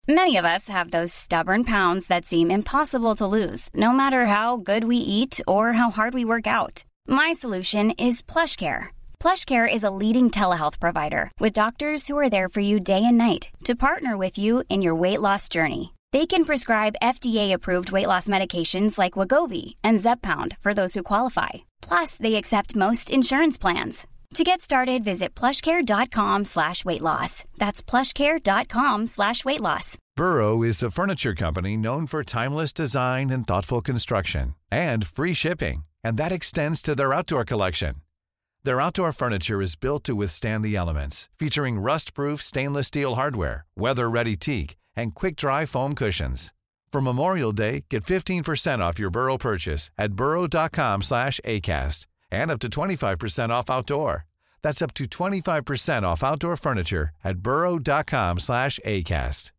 Many of us have those stubborn pounds that seem impossible to lose, no matter how good we eat or how hard we work out. My solution is PlushCare. PlushCare is a leading telehealth provider with doctors who are there for you day and night to partner with you in your weight loss journey. They can prescribe FDA-approved weight loss medications like Wegovy and Zepbound for those who qualify. Plus, they accept most insurance plans. To get started, visit plushcare.com/weightloss. That's plushcare.com/weightloss. Burrow is a furniture company known for timeless design and thoughtful construction and free shipping, and that extends to their outdoor collection. Their outdoor furniture is built to withstand the elements, featuring rust-proof stainless steel hardware, weather-ready teak, and quick-dry foam cushions. For Memorial Day, get 15% off your Burrow purchase at burrow.com/acast, and up to 25% off outdoor. That's up to 25% off outdoor furniture at burrow.com/acast.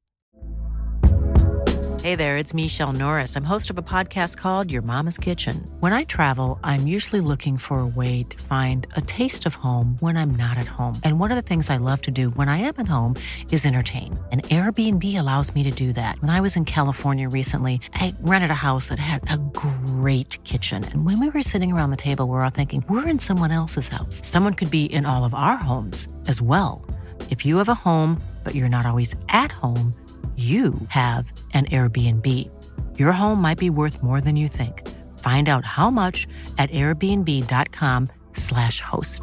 Hey there, it's Michelle Norris. I'm host of a podcast called Your Mama's Kitchen. When I travel, I'm usually looking for a way to find a taste of home when I'm not at home. And one of the things I love to do when I am at home is entertain. And Airbnb allows me to do that. When I was in California recently, I rented a house that had a great kitchen. And when we were sitting around the table, we were all thinking, we're in someone else's house. Someone could be in all of our homes as well. If you have a home, but you're not always at home, you have an Airbnb. Your home might be worth more than you think. Find out how much at airbnb.com/host.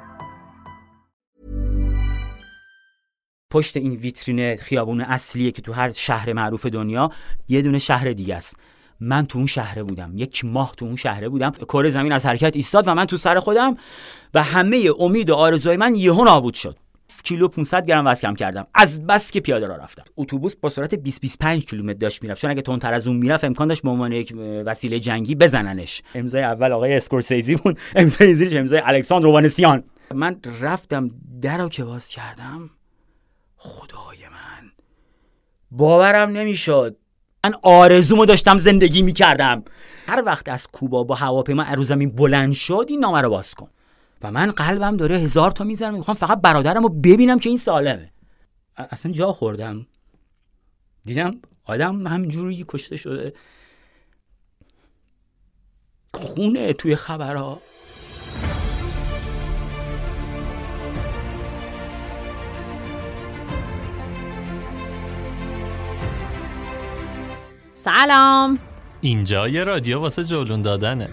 پشت این ویترین خیابون اصلیه که تو هر شهر معروف دنیا یه دونه شهر دیگه است. من تو اون شهر بودم، 1 ماه تو اون شهر بودم. کره زمین از حرکت ایستاد و من تو سر خودم و همه امید و آرزوهای من یهو نابود شد. کیلو 500 گرم وزن کم کردم از بس که پیاده راه رفتم. اتوبوس با سرعت 20-25 کیلومتر داشت میرفت، چون اگه تندتر از اون میرفت امکان داشت به عنوان یک وسیله جنگی بزننش. امضای اول آقای اسکورسیزی بود، امضای زیرش امضای الکساندر اووانسیان. من رفتم درو که باز کردم، خدای من باورم نمیشد. من آرزومو داشتم زندگی میکردم. هر وقت از کوبا با هواپیما رو زمین بلند شد این نامه رو باز کن و من قلبم داره 1000 تا میزنه، میخوام فقط برادرمو ببینم که این سالمه. اصلا جا خوردم، دیدم آدم همینجوری کشته شده، خونه توی خبرها. سلام، اینجا یه رادیو واسه جولون دادنه.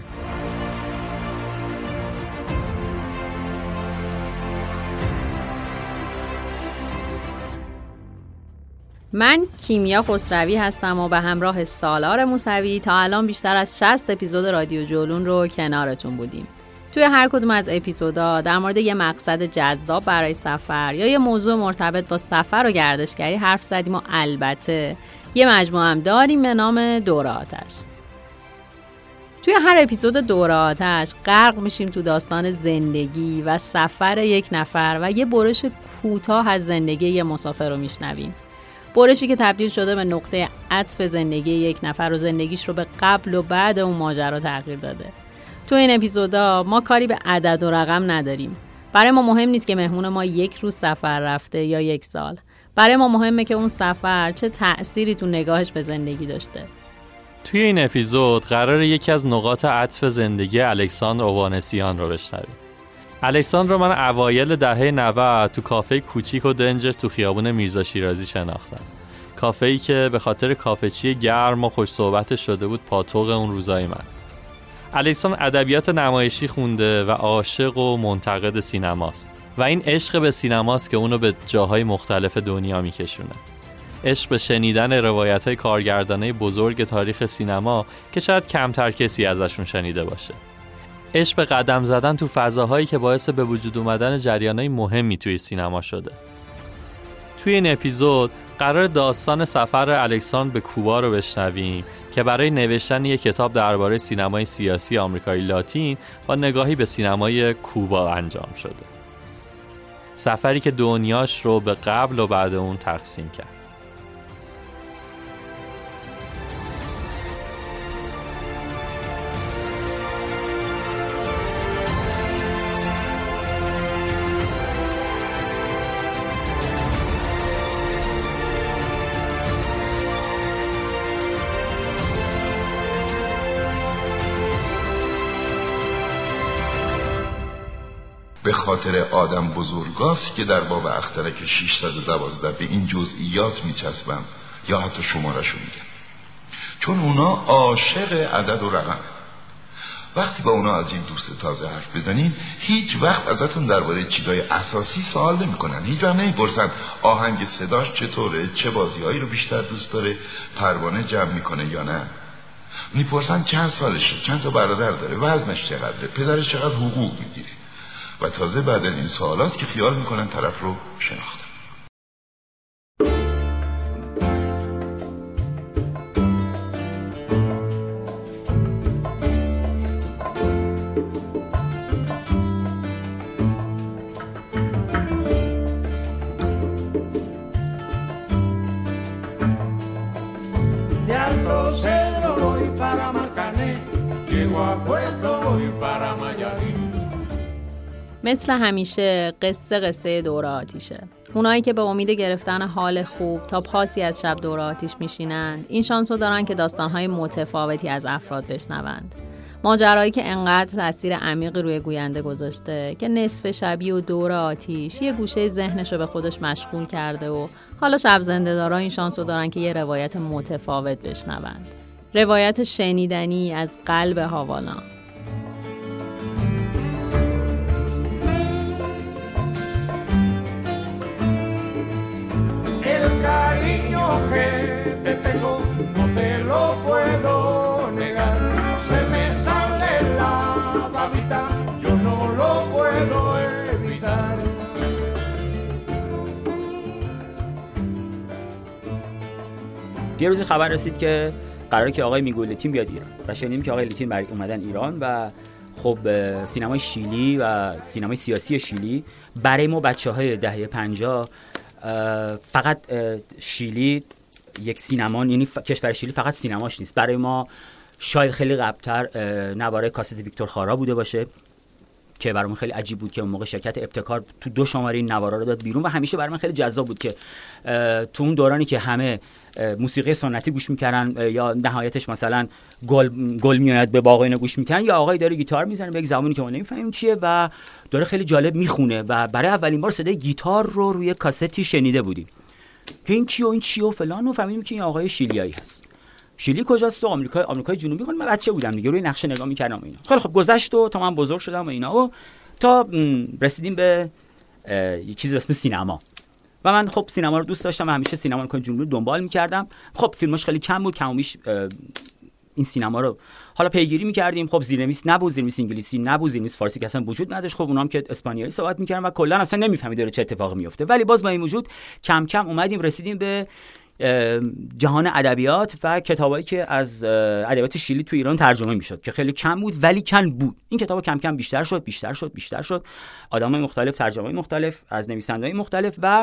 من کیمیا خسروی هستم و به همراه سالار موسوی تا الان بیشتر از 60 اپیزود رادیو جولون رو کنارتون بودیم. توی هر کدوم از اپیزودا در مورد یه مقصد جذاب برای سفر یا یه موضوع مرتبط با سفر و گردشگری حرف زدیم و البته یه مجموعه هم داریم به نام دوره آتش. توی هر اپیزود دوره آتش غرق میشیم تو داستان زندگی و سفر یک نفر و یه برش کوتاه از زندگی یه مسافر رو میشنویم. برشی که تبدیل شده به نقطه عطف زندگی یک نفر و زندگیش رو به قبل و بعد اون ماجرا تغییر داده. تو این اپیزودا ما کاری به عدد و رقم نداریم. برای ما مهم نیست که مهمون ما 1 روز سفر رفته یا 1 سال. برای ما مهمه که اون سفر چه تأثیری تو نگاهش به زندگی داشته. توی این اپیزود قراره یکی از نقاط عطف زندگی الکساندر اووانسیان رو بشنویم. الکساندر رو من اوایل دهه 90 تو کافه کوچیک و دنج تو خیابون میرزا شیرازی شناختم. کافه‌ای که به خاطر کافه‌چی گرم و خوش صحبت شده بود پاتوق اون روزای من. الکساندر ادبیات نمایشی خونده و عاشق و منتقد سینماست و این عشق به سینماست که اونو به جاهای مختلف دنیا میکشونه. عشق به شنیدن روایت‌های کارگردانای بزرگ تاریخ سینما که شاید کمتر کسی ازشون شنیده باشه. عشق به قدم زدن تو فضاهایی که باعث به وجود اومدن جریانای مهمی توی سینما شده. توی این اپیزود قرار داستان سفر الکساندر به کوبا رو بشنویم که برای نوشتن یک کتاب درباره سینمای سیاسی آمریکای لاتین با نگاهی به سینمای کوبا انجام شده. سفری که دنیاش رو به قبل و بعد اون تقسیم کرد. خاطر آدم بزرگاست که در باب اخترک 612 به این جزئیات میچسبم یا حتی شماره‌شو میگم، چون اونا عاشق عدد و رقم. وقتی با اونا از این دوست تازه حرف بزنین هیچ وقت ازتون درباره چیزای اساسی سوال نمی‌کنن. هیچ وقت نمی‌پرسن آهنگ صداش چطوره، چه بازی‌هایی رو بیشتر دوست داره، پروانه جمع می‌کنه یا نه. می‌پرسن چند سالشه، چند تا برادر داره، وزنش چقدره، پدرش چقدر حقوق می‌گیره. و تازه بعد از این سوالاست که خیال می‌کنن طرف رو شناختن. مثل همیشه قصه دوره آتیشه. اونایی که به امید گرفتن حال خوب تا پاسی از شب دوره آتیش میشینند این شانس رو دارن که داستانهای متفاوتی از افراد بشنوند. ماجرایی که انقدر تاثیر عمیقی روی گوینده گذاشته که نصف شبی و دوره آتیش یه گوشه ذهنش رو به خودش مشغول کرده و حالا شب زنده دارا این شانس رو دارن که یه روایت متفاوت بشنوند. روایت شنیدنی از قلب هاوانا. یه روزی خبر رسید که قراره که آقای میگو لیتین بیاد ایران و شنیدیم که آقای لیتین اومدن ایران و خب سینمای شیلی و سینمای سیاسی شیلی برای ما بچه‌های دهه 50 فقط شیلی یک سینما، یعنی کشور شیلی فقط سینماش نیست. برای ما شاید خیلی قبل‌تر نواره کاست ویکتور خارا بوده باشه که برام خیلی عجیب بود که اون موقع شرکت ابتکار تو 2 شماره این نوارا رو داد بیرون و همیشه برای من خیلی جذاب بود که تو اون دورانی که همه موسیقی سنتی گوش می‌کردن یا نهایتش مثلا گل میاد به باغ اینا گوش می‌کردن، یا آقایی داره گیتار میزنه به یک زبانی که ما نمی‌فهمیم چیه و داره خیلی جالب میخونه و برای اولین بار صدای گیتار رو روی کاستی شنیده بودیم که این کیو این چیو فلان و فهمیدیم که این آقای شیلیایی هست. شیلی کجاست؟ تو آمریکای جنوبی. من بچه بودم دیگه، روی نقشه نگاه می‌کردم اینا. خیلی خب گذشت و تا من بزرگ شدم و اینا و تا رسیدیم به یه چیزی به اسم سینما و من خب سینما رو دوست داشتم و همیشه سینما آمریکای جنوبی رو دنبال می‌کردم. خب فیلماش خیلی کم بود، کم و بیش این سینما رو حالا پیگیری می‌کردیم. خب زیرنویس نبود، زیرنویس انگلیسی نبود، زیرنویس فارسی که اصلا وجود نداشت. خب اونام که اسپانیایی صحبت می‌کردن و کلا اصلا نمی‌فهمید داره چه اتفاقی میفته. ولی باز با این وجود کم کم اومدیم رسیدیم به جهان ادبیات و کتابایی که از ادبیات شیلی تو ایران ترجمه میشد که خیلی کم بود ولی کم بود. این کتابا کم کم بیشتر شد. آدمای مختلف، ترجمه‌های مختلف از نویسنده‌های مختلف و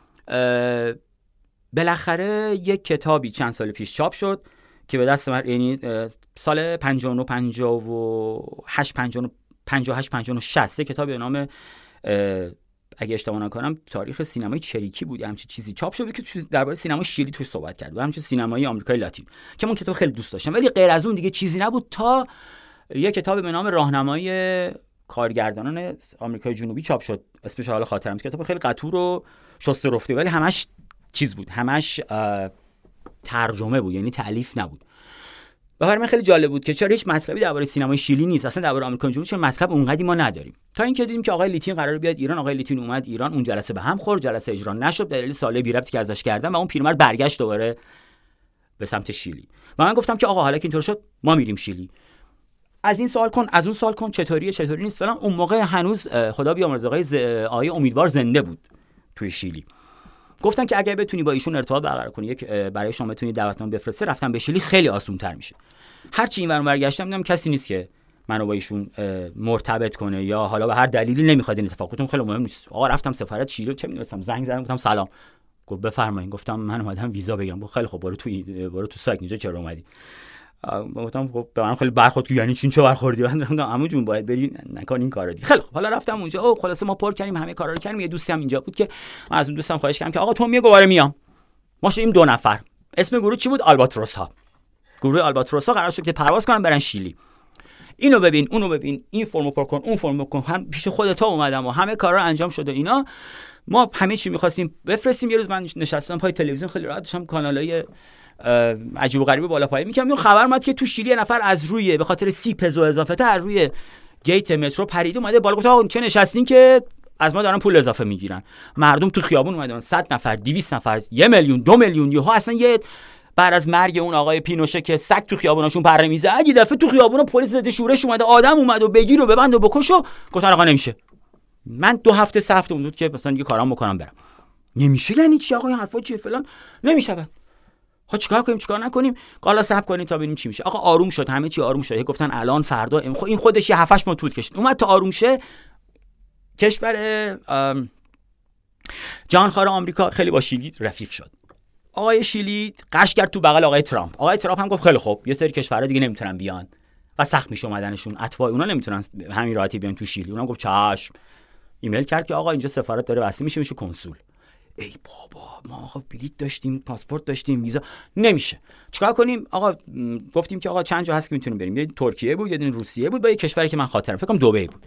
بالاخره یک کتابی چند سال پیش چاپ شد که به دست من، یعنی سال 59 58 59 60 کتابی به نام اگه اشتباه نکنم تاریخ سینمای چریکی بود، همچین چیزی چاپ شد که درباره سینمای شیلی توش صحبت کرد و همچین سینمای آمریکای لاتین که من کتاب خیلی دوست داشتم. ولی غیر از اون دیگه چیزی نبود تا یک کتاب به نام راهنمای کارگردانان آمریکای جنوبی چاپ شد. اسمش حالا خاطرم نیست. کتاب خیلی قطور و شسته رفته ولی همش چیز بود، همش ترجمه بود، یعنی تألیف نبود. و برای من خیلی جالب بود که چرا هیچ مطلبی درباره سینمای شیلی نیست، اصلا درباره آمریکای جنوبی چون مطلب اونقدی ما نداریم. تا اینکه دیدیم که آقای لیتین قراره بیاد ایران. آقای لیتین اومد ایران، اون جلسه به هم خورد، جلسه اجرا نشد به دلیل سال بی ربطی که ازش کردن و اون پیرمرد برگشت دوباره به سمت شیلی. و من گفتم که آقا حالا که اینطور شد ما میریم شیلی. از این سوال کن، از اون سوال کن، چطوری نیست فلان. اون موقع هنوز خدا بیامرزه آقای امیدوار زنده بود توی شیلی. گفتن که اگه بتونی با ایشون ارتباط برقرار کنی، برای شما بتونی دعوتنامه بفرسته، رفتن به شیلی خیلی آسان‌تر میشه. هرچی اینور برگشتم دیدم کسی نیست که منو با ایشون مرتبط کنه یا حالا به هر دلیلی نمیخواد این اتفاق بیفته. خیلی مهم نیست. آقا رفتم سفارت شیلی، چه می‌دونستم، زنگ زدم گفتم سلام. گفت بفرمایید. گفتم من اومدم ویزا بگیرم. گفت خیلی خوب برو تو سایت اینجا چرا اومدی؟ گفتم خب به من خیلی برخورد که یعنی چه برخوردی؟ گفتم عمو جون باید بری نکن این کارو دی. خیلی خوب حالا رفتم اونجا. او خلاص ما پر کردیم، همه کارا رو کردیم. یه دوستی هم اینجا بود که من از اون دوستم خواهش کردم که آقا تو میگواره میام. ما شدیم 2 نفر. اسم گروه چی بود؟ آلباتروس ها. گروه آلباتروس ها قرار شد که پرواز کنن برن شیلی. اینو ببین اونو ببین، این فرمو پر کن اون فرمو کن، هم پیش خودت اومدم و همه کارا انجام شده اینا. ما همه چی می‌خواستیم بفرستیم. یه روز من نشستم پای تلویزیون خیلی راحت داشتم کانالای عجیب و غریبی بالا پایی می‌کردم، یه خبر اومد که تو شیلی یه نفر از روی به خاطر 30 پزو اضافه تر روی گیت مترو پرید اومده بالا، گفت آقا چه نشستین که از ما دارن پول اضافه میگیرن. مردم تو خیابون اومدن، 100 نفر 200 نفر 1 میلیون 2 میلیون یهو اصلا یه بعد از مرگ اون آقای پینوشه که سگ تو خیابوناشون پره میزه، اگه دفعه تو خیابونا پلیس ضد شورش اومده، آدم اومد و بگیر و ببند و بکشو. گفتن آقا نمیشه. من 2 هفته سفت بود که مثلا یه کارام بکنم برم. نمیشه یعنی چی آقا این حرفا چیه فلان؟ نمیشه. خب چیکار کنیم چیکار نکنیم؟ حالا صبر کنیم تا ببینیم چی میشه. آقا آروم شد، همه چی آروم شد. گفتن الان فردا این خودش یه 7 8 ماه طول کشید. اومد تا آروم شه. کشور جهانخوار آمریکا خیلی با شیلی رفیق شد. آقای شیلی قش کرد تو بغل آقای ترامپ. آقای ترامپ هم گفت خیلی خوب، یه سری کشورها دیگه نمیتونن بیان و سخت میشه اومدنشون، اتباع اونا نمیتونن همین راحتی بیان تو شیلی. اونم گفت چشم. ایمیل کرد که آقا اینجا سفارت داره وصل میشه کنسول. ای بابا ما آقا بلیط داشتیم، پاسپورت داشتیم، ویزا، نمیشه. چیکار کنیم؟ آقا گفتیم که آقا چند جا هست که میتونیم بریم. یه ترکیه بود، یه دونه روسیه بود، با یه کشوری که من خاطرم فکر کنم دبی بود.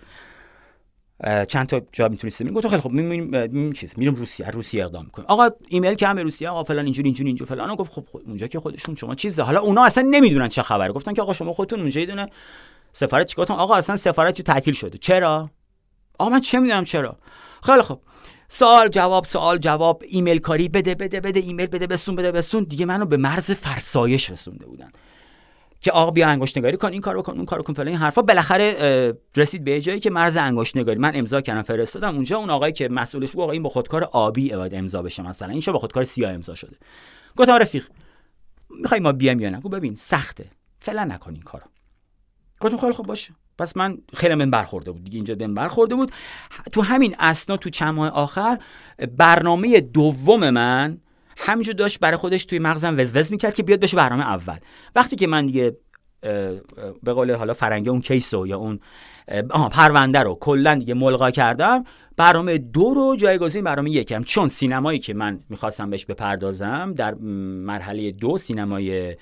چند تا جا میتونستیم. گفتم خیلی خوب میریم روسیه اقدام میکنیم. آقا ایمیل کردم به روسیه، آقا فلان اینجوری فلان. گفت خب اونجا که خودشون شما چیزه، حالا اونا اصلا نمیدونن چه خبره. گفتن که آقا شما خودتون اونجا یه دونه سفارت چیکار کنم؟ آقا اصلا سفارت تعطیل شده. چرا؟ آقا من چه میدونم چرا. خیلی خوب، سوال جواب ایمیل کاری بده ایمیل بده بسون دیگه منو به مرز فرسایش رسونده بودن که آقا بیا انگشت نگاری کن، این کارو بکن اون کارو کن فلان این حرفا. بالاخره رسید به جایی که مرز انگشت نگاری من امضا کردم فرستادم اونجا. اون آقایی که مسئولش بود، آقا این با خودکار آبی باید امضا بشه، مثلا این شو با خودکار سیاه امضا شده. گفتم رفیق میخوای ما بیام یا نه؟ گفت ببین سخته، فعلا نکن این کارو. گفتم خیلی خوب باشه. پس من خیلی من برخورده بود دیگه، اینجا بهم برخورده بود. تو همین اسنا تو چند ماه آخر برنامه دوم من همینجور داشت برای خودش توی مغزم وزوز میکرد که بیاد بشه برنامه اول. وقتی که من دیگه به قول حالا فرنگی اون کیسو یا اون پرونده رو کلا دیگه ملغا کردم، برنامه 2 رو جایگزین برنامه 1 کردم. چون سینمایی که من میخواستم بهش بپردازم در مرحله 2، سینمای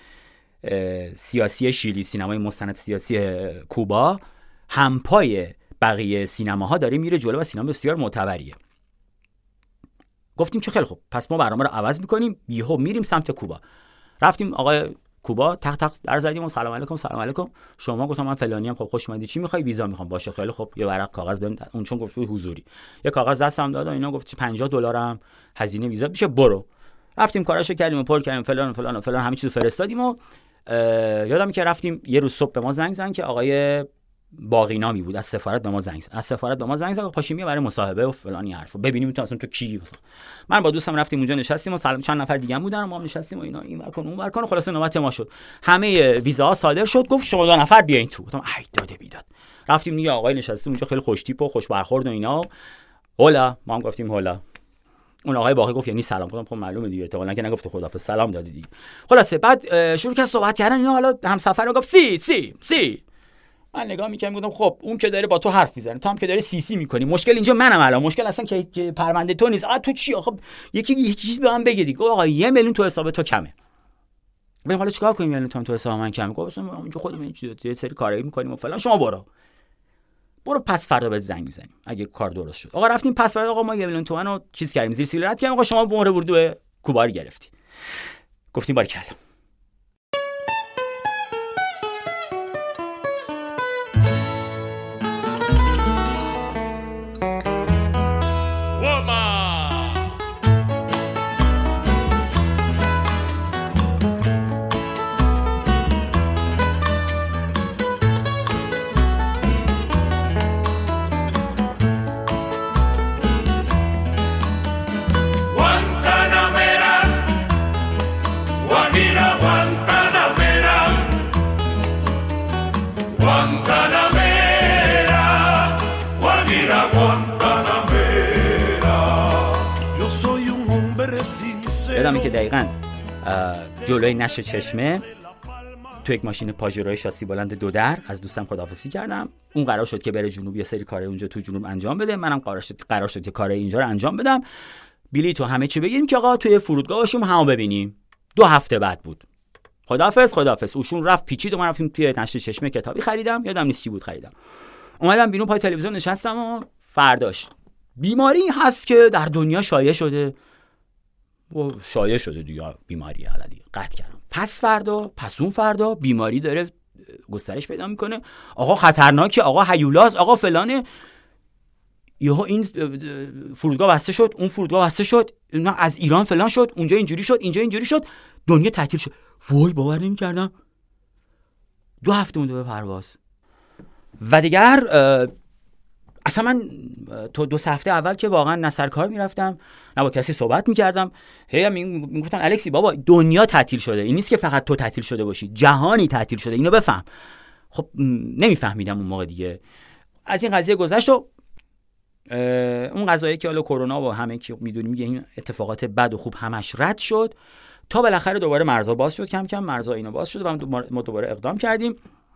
سیاسی شیلی، سینمای مستند سیاسی کوبا، همپای بقیه سینماها داره میره جلو و سینما بسیار معتبریه. گفتیم که خیلی خوب، پس ما برنامه رو عوض میکنیم، یهو میریم سمت کوبا. رفتیم آقای کوبا، تق تق در زدیم و سلام علیکم شما. گفتم من فلانیم. خب خوش اومدی، چی میخوای؟ ویزا میخوام. باشه خیلی خوب، یه ورق کاغذ بهم اون چون گفت حضوری، یه کاغذ دستم داد و اینا، گفت $50 هم هزینه ویزا میشه، برو. رفتیم کاراشو کردیم و پر کردیم فلان همه چیزو فرستادیم و یادم که رفتیم یه روز صبح به ما زنگ زدن که آقای باقی نامی بود از سفارت به ما زنگ زد پاشیم برای مصاحبه و فلان این حرفا، ببینیم تو اصلا تو کی. من با دوستم رفتیم اونجا نشستیم و چند نفر دیگه هم بودن و ما هم نشستیم و اینا این ورکن اون ورکن. خلاص نوبت ما شد، همه ویزاها صادر شد. گفت شما 2 نفر بیاین تو. گفتم ای داده بیداد. رفتیم یه آقای نشسته اونجا خیلی خوش تیپ و خوش برخورد و اینا. هولا، ما هم گفتیم هولا. اون آقای باقی گفت یعنی سلام. گفتم خب معلومه دیگه، احتمالاً که نگفته خداحافظ، سلام دادی دیگه. خلاصه بعد شروع کرد صحبت کردن اینا. حالا همسفر گفت سی. من نگاه می‌کردم گفتم خب اون که داره با تو حرف میزنه، تو هم که داری سی می‌کنی، مشکل اینجا منم. الان مشکل اصلا که پرونده تو نیست. تو چی؟ خب یکی چیزی به من بگی دیگه. آقا 1 میلیون تو حساب تو کمه. ببین حالا چیکار کنیم؟ 1 میلیون تو حساب من کمه. گفتم اونجا خودمون یه سری کارایی می‌کنیم و فلان، شما برو پس فردا بهت زنگ میزنیم اگه کار درست شد. آقا رفتیم پس فردا، آقا ما 1 میلیون تومن رو چیز کردیم، زیر سیل رد کردیم. آقا شما مهر ورود کوبا رو گرفتی. گفتیم باریکلا. یادمه که دقیقاً جلوی نشر چشمه تو یک ماشین پاژروی شاسی بلند 2 در از دوستم خداحافظی کردم. اون قرار شد که بره جنوب، یه سری کارهای اونجا تو جنوب انجام بده. منم قرار شد که کارهای اینجا رو انجام بدم. بلیط و همه چی بگیریم که آقا توی فرودگاه باشیم همو ببینیم. 2 هفته بعد بود. خداحافظ. اوشون رفت پیچید و من رفتیم توی نشر چشمه کتابی خریدم، یادم نیست چی بود خریدم. اومدم بیرون پای تلویزیون نشستم و فرداش بیماری هست که در دنیا شایع شده دیگه، بیماری علدی قطع کردم. پس اون فردا بیماری داره گسترش پیدا میکنه، آقا خطرناکه، آقا هیولاست، آقا فلانه. یهو این فرودگاه بسته شد، اون فرودگاه بسته شد، از ایران فلان شد، اونجا اینجوری شد، دنیا تعطیل شد. وای باور نمی‌کردم. 2 هفته مونده به پرواز. و دیگر اصلا من تو 2 هفته اول که واقعا نه سر کار میرفتم نه با کسی صحبت میکردم، هی میگفتن الکسی بابا دنیا تعطیل شده، این نیست که فقط تو تعطیل شده باشی، جهانی تعطیل شده، اینو بفهم. خب نمیفهمیدم اون موقع دیگه. از این قضیه گذشت و اون قضایی که حالا کرونا و همه کی میدونیم این اتفاقات بد و خوب همش رد شد تا بالاخره دوباره مرزا باز شد، کم کم مرزا اینا باز شد و ما دوباره اقدام کردیم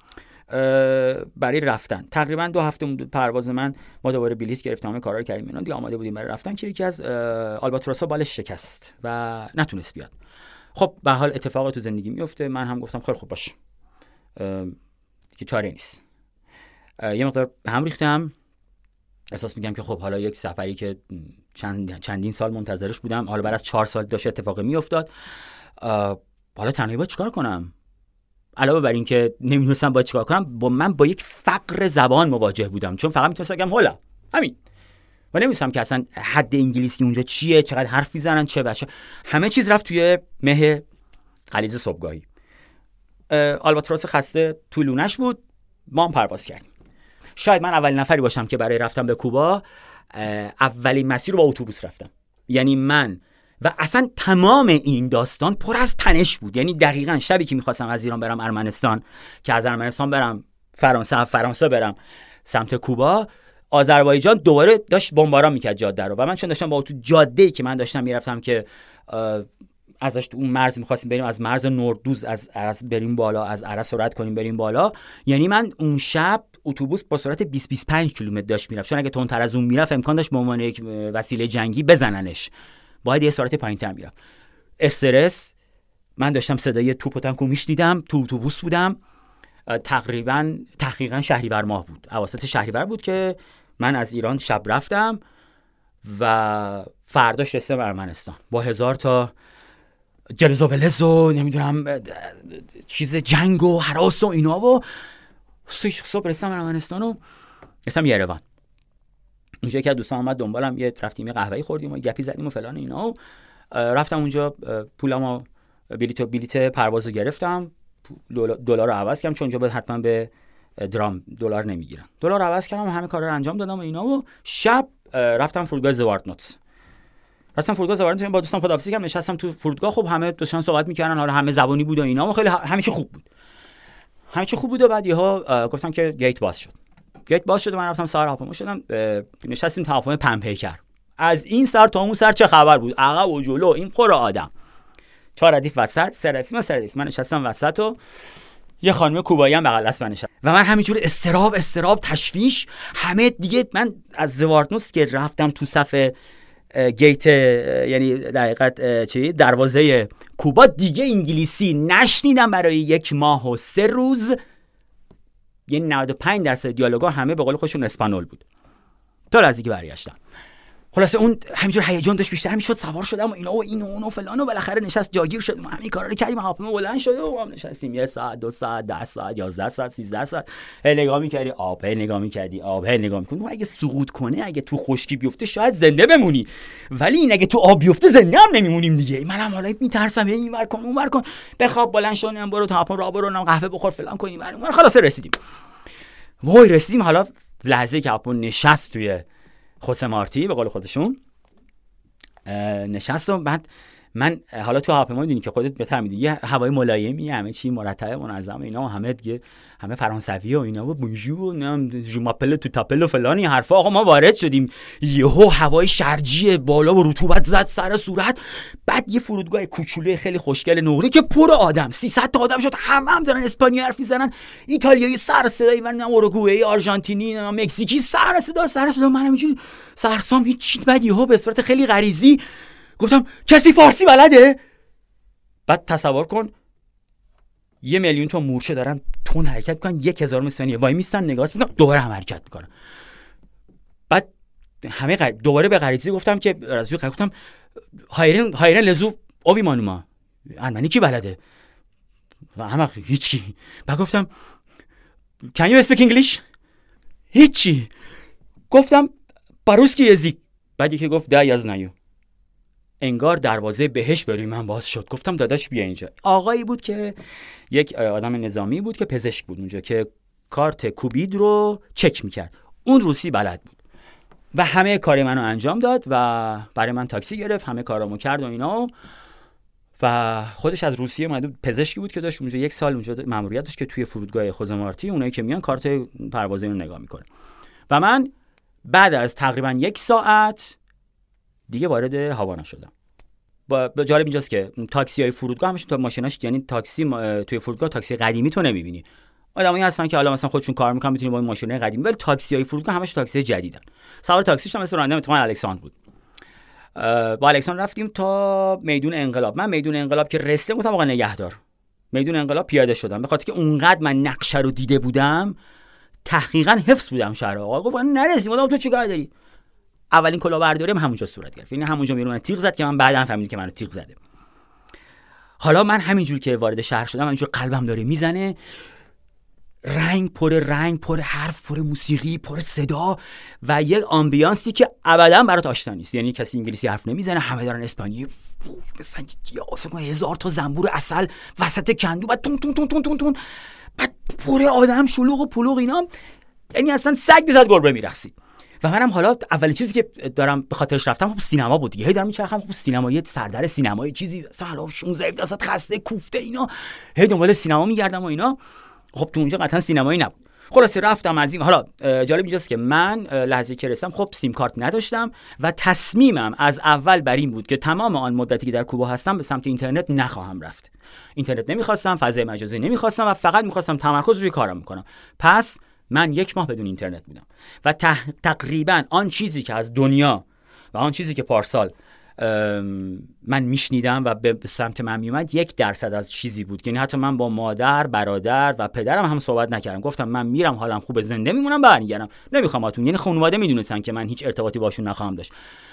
برای رفتن. تقریبا 2 هفته پرواز من، ما دوباره بلیط گرفتیم، همه کارا رو کردیم، اینا دیگه آماده بودیم برای رفتن که یکی از آلباتروسا بالش شکست و نتونست بیاد. خب به حال اتفاقات تو زندگی میفته. من هم گفتم خیلی خوب باشه که چاره نیست. یه مقدار هم ریختم، احساس میگم که خب حالا یک سفری که چندین سال منتظرش بودم، حالا بعد از 4 سال داشت اتفاقی میافتاد، حالا تنهایی باید چیکار کنم؟ علاوه بر این که نمیدونستم باید چیکار کنم، من با یک فقر زبان مواجه بودم، چون فقط میتونستم بگم هولا، همین، و نمیدونستم که اصلا حد انگلیسی اونجا چیه، چقدر حرف میزنن، چه بچه. همه چیز رفت توی مه غلیظ صبحگاهی. آلباتروس خسته تو لونش بود، ما هم پرواز کردیم. شاید من اولین نفری باشم که برای رفتن به کوبا اولین مسیر رو با اتوبوس رفتم. یعنی من و اصلا تمام این داستان پر از تنش بود. یعنی دقیقاً شبی که می‌خواستم از ایران برم ارمنستان، که از ارمنستان برم فرانسه برم سمت کوبا، آذربایجان دوباره داشت بمباران میکرد جاده رو و من چون داشتم با تو جاده‌ای که من داشتم میرفتم که ازش اون مرز می‌خواستیم بریم، از مرز نوردوز از بریم بالا، از عرس سرعت کنیم بریم بالا. یعنی من اون شب اتوبوس با سرعت 20-25 کیلومتر داشت میرفت، چون اگه تندتر از اون میرفت امکان داشت به عنوان یک وسیله جنگی بزننش، باید یه سرعت پایین‌تر میرفت. استرس، من داشتم صدای توپ و تانکو میشنیدم، تو اتوبوس بودم. تقریبا شهریور ماه بود، اواسط شهریور بود که من از ایران شب رفتم و فرداش رسیدم ارمنستان با 1000 تا جلز و ولز و نمیدونم چیز جنگ و هراس و اینا و صبح رسیدم ارمنستان و رسیدم یروان. اونجا که دوستان اومد دنبالم، یه رفتیم یه قهوه‌ای خوردیم و گپی زدیم و فلان اینا و رفتم اونجا پولامو بلیت پروازو گرفتم، دلار رو عوض کردم، چون اونجا باید حتما به درام دلار نمیگیرن. دلار رو عوض کردم و همه کارا رو انجام دادم و اینا و شب رفتم فرودگاه زواردنوتس. با دوستان خداحافظی کردم، نشستم تو فرودگاه. خب همه داشتن صحبت می‌کردن، حالا همه زبانی بود و اینا و خیلی همیشه خوب بود و بعد یهو گفتم که گیت باز شد و من رفتم سوار هواپیما شدم. نشستیم تو هواپیما پنپیکر، از این سر تا اون سر چه خبر بود، عقب و جلو این پر آدم، 4 ردیف وسط، 3 ردیف من نشستم وسط و یه خانم کوبایی هم بغل دست من نشست و من همینجور استراب تشویش همه دیگه. من از زواردنوس که رفتم تو صف گیت، یعنی دقیقاً دروازه کوبا، دیگه انگلیسی نشنیدم برای 1 ماه و 3 روز. یعنی 95% دیالوگا همه به قول خودشون اسپانول بود تا لحظه‌ای که برگشتم. خلاصه اون همینجور هیجان داشت بیشتر میشد، سوار شدم و اینا و این و اون و فلان و بالاخره نشست جاگیر شدیم و همین کارا رو کردیم. هواپیما بلند شد و ما نشستیم 1 ساعت 2 ساعت 10 ساعت 11 ساعت 13 ساعت نگاه می‌کردی آب، نگاه می‌کردی اگه سقوط کنه، اگه تو خشکی بیفته شاید زنده بمونی، ولی این اگه تو آب بیفته زنده هم نمیمونیم دیگه. منم حالا میترسم اینور کن اونور کن، بخواب بلند شدم برو تا هواپیما را برو قهوه بخور فلان کنیم. خلاص رسیدیم. حالا لحظه که هواپیما نشست توی خوسه مارتی به قول خودشون نشستم، بعد من حالا تو هواپیما میدونی که خودت بهتر میدونی یه هوای ملایمی، همه چی مرتب منظم اینا و همه دیگه همه فرانسوی و اینا و بونژور و جو ماپل تو تاپل و فلان این حرفا. آقا ما وارد شدیم، یهو هوای شرجی بالا و رطوبت زد سر صورت. بعد یه فرودگاه کوچولوی خیلی خوشگل نقره که پر آدم، 300 تا آدم شد، هم دارن اسپانیایی حرف میزنن، ایتالیایی سر صدای من، اوروگوئه، آرژانتینی، مکزیکی سر صدا. من همینجوری سرسام هیچ بدی ها به صورت خیلی غریزی گفتم کسی فارسی بلده؟ بعد تصور کن 1,000,000 تا مورچه دارن تون حرکت میکنن 1000 ثانیه وای میستن نگاهت میکنن دوباره هم حرکت میکنن. بعد همه دوباره به غریزی گفتم که رازو گفتم هایرن لزو اوبی مانوما المانی کی بلده و همه هیچکی. بعد گفتم can you speak English؟ هیچی. گفتم باروسکی یزیک. بعد یکی گفت دا یزنایو. انگار دروازه بهشت برای من باز شد. گفتم داداش بیا اینجا. آقایی بود که یک آدم نظامی بود که پزشک بود اونجا که کارت کوبید رو چک میکرد. اون روسی بلد بود و همه کار منو انجام داد و برای من تاکسی گرفت، همه کارامو کرد و اینا. و خودش از روسیه اومده، پزشکی بود که داشت اونجا 1 سال اونجا ماموریت داشت که توی فرودگاه خوزمارتی اونایی که میان کارت پروازی رو نگاه میکنه. و من بعد از تقریبا 1 ساعت دیگه وارد هاوانا شدم. با جالب اینجاست که تاکسی‌های فرودگاه همش تو ماشیناش، یعنی تاکسی توی فرودگاه تاکسی قدیمی تو نمی‌بینی. آدمایی هستن که حالا مثلا خودشون کار می‌کنن می‌تونی با این ماشینای قدیمی، ولی تاکسی‌های فرودگاه همش تاکسی جدیدن. سوار تاکسی شدم، مثلا راننده اتفاقا الکساندر بود. با الکساندر رفتیم تا میدون انقلاب. من میدون انقلاب که رسیدم گفتم آقا نگهدار. میدون انقلاب پیاده شدم به خاطر که اونقدر من نقشه رو دیده بودم، تحقیقاً حفظ بودم شهر. آقا گفت نرسیدیم. گفتم تو چیکار داری؟ اولین کلاهبرداریم همونجا صورت گرفت. یعنی همونجا میرون تیغ زد که من بعداً فهمیدم که منو تیغ زده. حالا من همینجور که وارد شهر شدم همینجور قلبم داره میزنه، رنگ پر حرف، پر موسیقی، پر صدا و یک آمبیانسی که ابداً برات آشنا نیست. یعنی کسی انگلیسی حرف نمیزنه، همه دارن اسپانیایی، مثلا فکر کنم 1000 تا زنبور عسل وسط کندو، بعد تون تون تون تون تون تون، بعد پر آدم شلوغ و پلوغ اینا، یعنی اصلا سگ میزد گربه میرقصید. و منم حالا اولین چیزی که دارم به خاطرش رفتم خب سینما بود دیگه. هی دارم میچرخم، خب سینمایی، سردر سینمایی، چیزی مثلا 16 ساعت خسته کوفته اینا، هی دنبال سینما میگردم و اینا. خب تو اونجا قطعا سینمایی نبود. خلاصه رفتم از این. حالا جالب اینجاست که من لحظه که رسیدم خب سیم کارت نداشتم و تصمیمم از اول بر این بود که تمام آن مدتی که در کوبا هستم به سمت اینترنت نخواهم رفت. اینترنت نمیخواستم، فضای مجازی نمیخواستم و فقط میخواستم تمرکز روی کارم بکنم. پس من 1 ماه بدون اینترنت بودم و تقریبا آن چیزی که از دنیا و آن چیزی که پارسال من میشنیدم و به سمت من میومد 1% از چیزی بود که یعنی حتی من با مادر، برادر و پدرم هم صحبت نکردم. گفتم من میرم، حالم خوبه، زنده میمونم، برمیگردم، نمیخوام اتون. یعنی خانواده میدونستن که من هیچ ارتباطی باشون نخواهم داشت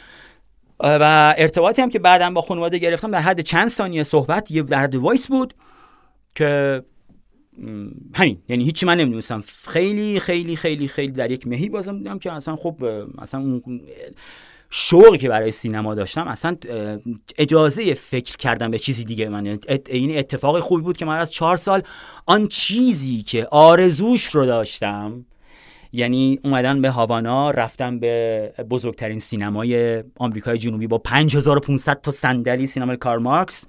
و ارتباطی هم که بعدم با خانواده گرفتم در حد چند ثانیه صحبت یه در وایس بود که همین، یعنی هیچی من نمیدونستم. خیلی خیلی خیلی خیلی در یک مهی بازم بودم که اصلا خب اصلا اون شوقی که برای سینما داشتم اصلا اجازه فکر کردم به چیزی دیگه من این اتفاق خوبی بود که من از 4 سال آن چیزی که آرزوش رو داشتم، یعنی اومدن به هاوانا، رفتم به بزرگترین سینمای آمریکای جنوبی با 5500 تا صندلی، سینمای کارل مارکس،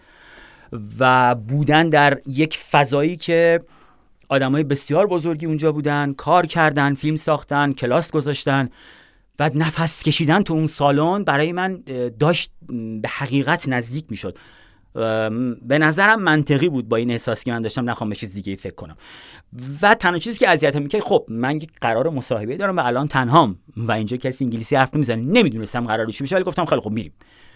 و بودن در یک فضایی که آدمای بسیار بزرگی اونجا بودن، کار کردن، فیلم ساختن، کلاس گذاشتن و نفس کشیدن تو اون سالن برای من داشت به حقیقت نزدیک میشد. به نظرم منطقی بود با این احساسی که من داشتم نخوام به چیز دیگه فکر کنم. و تنها چیزی که اذیتم میکرد، خب من یک قرار مصاحبه دارم و الان تنهام و اینجا کسی انگلیسی حرف نمیزنه، نمیدونستم قرار چی بشه، ولی گفتم خیلی خوب میریم.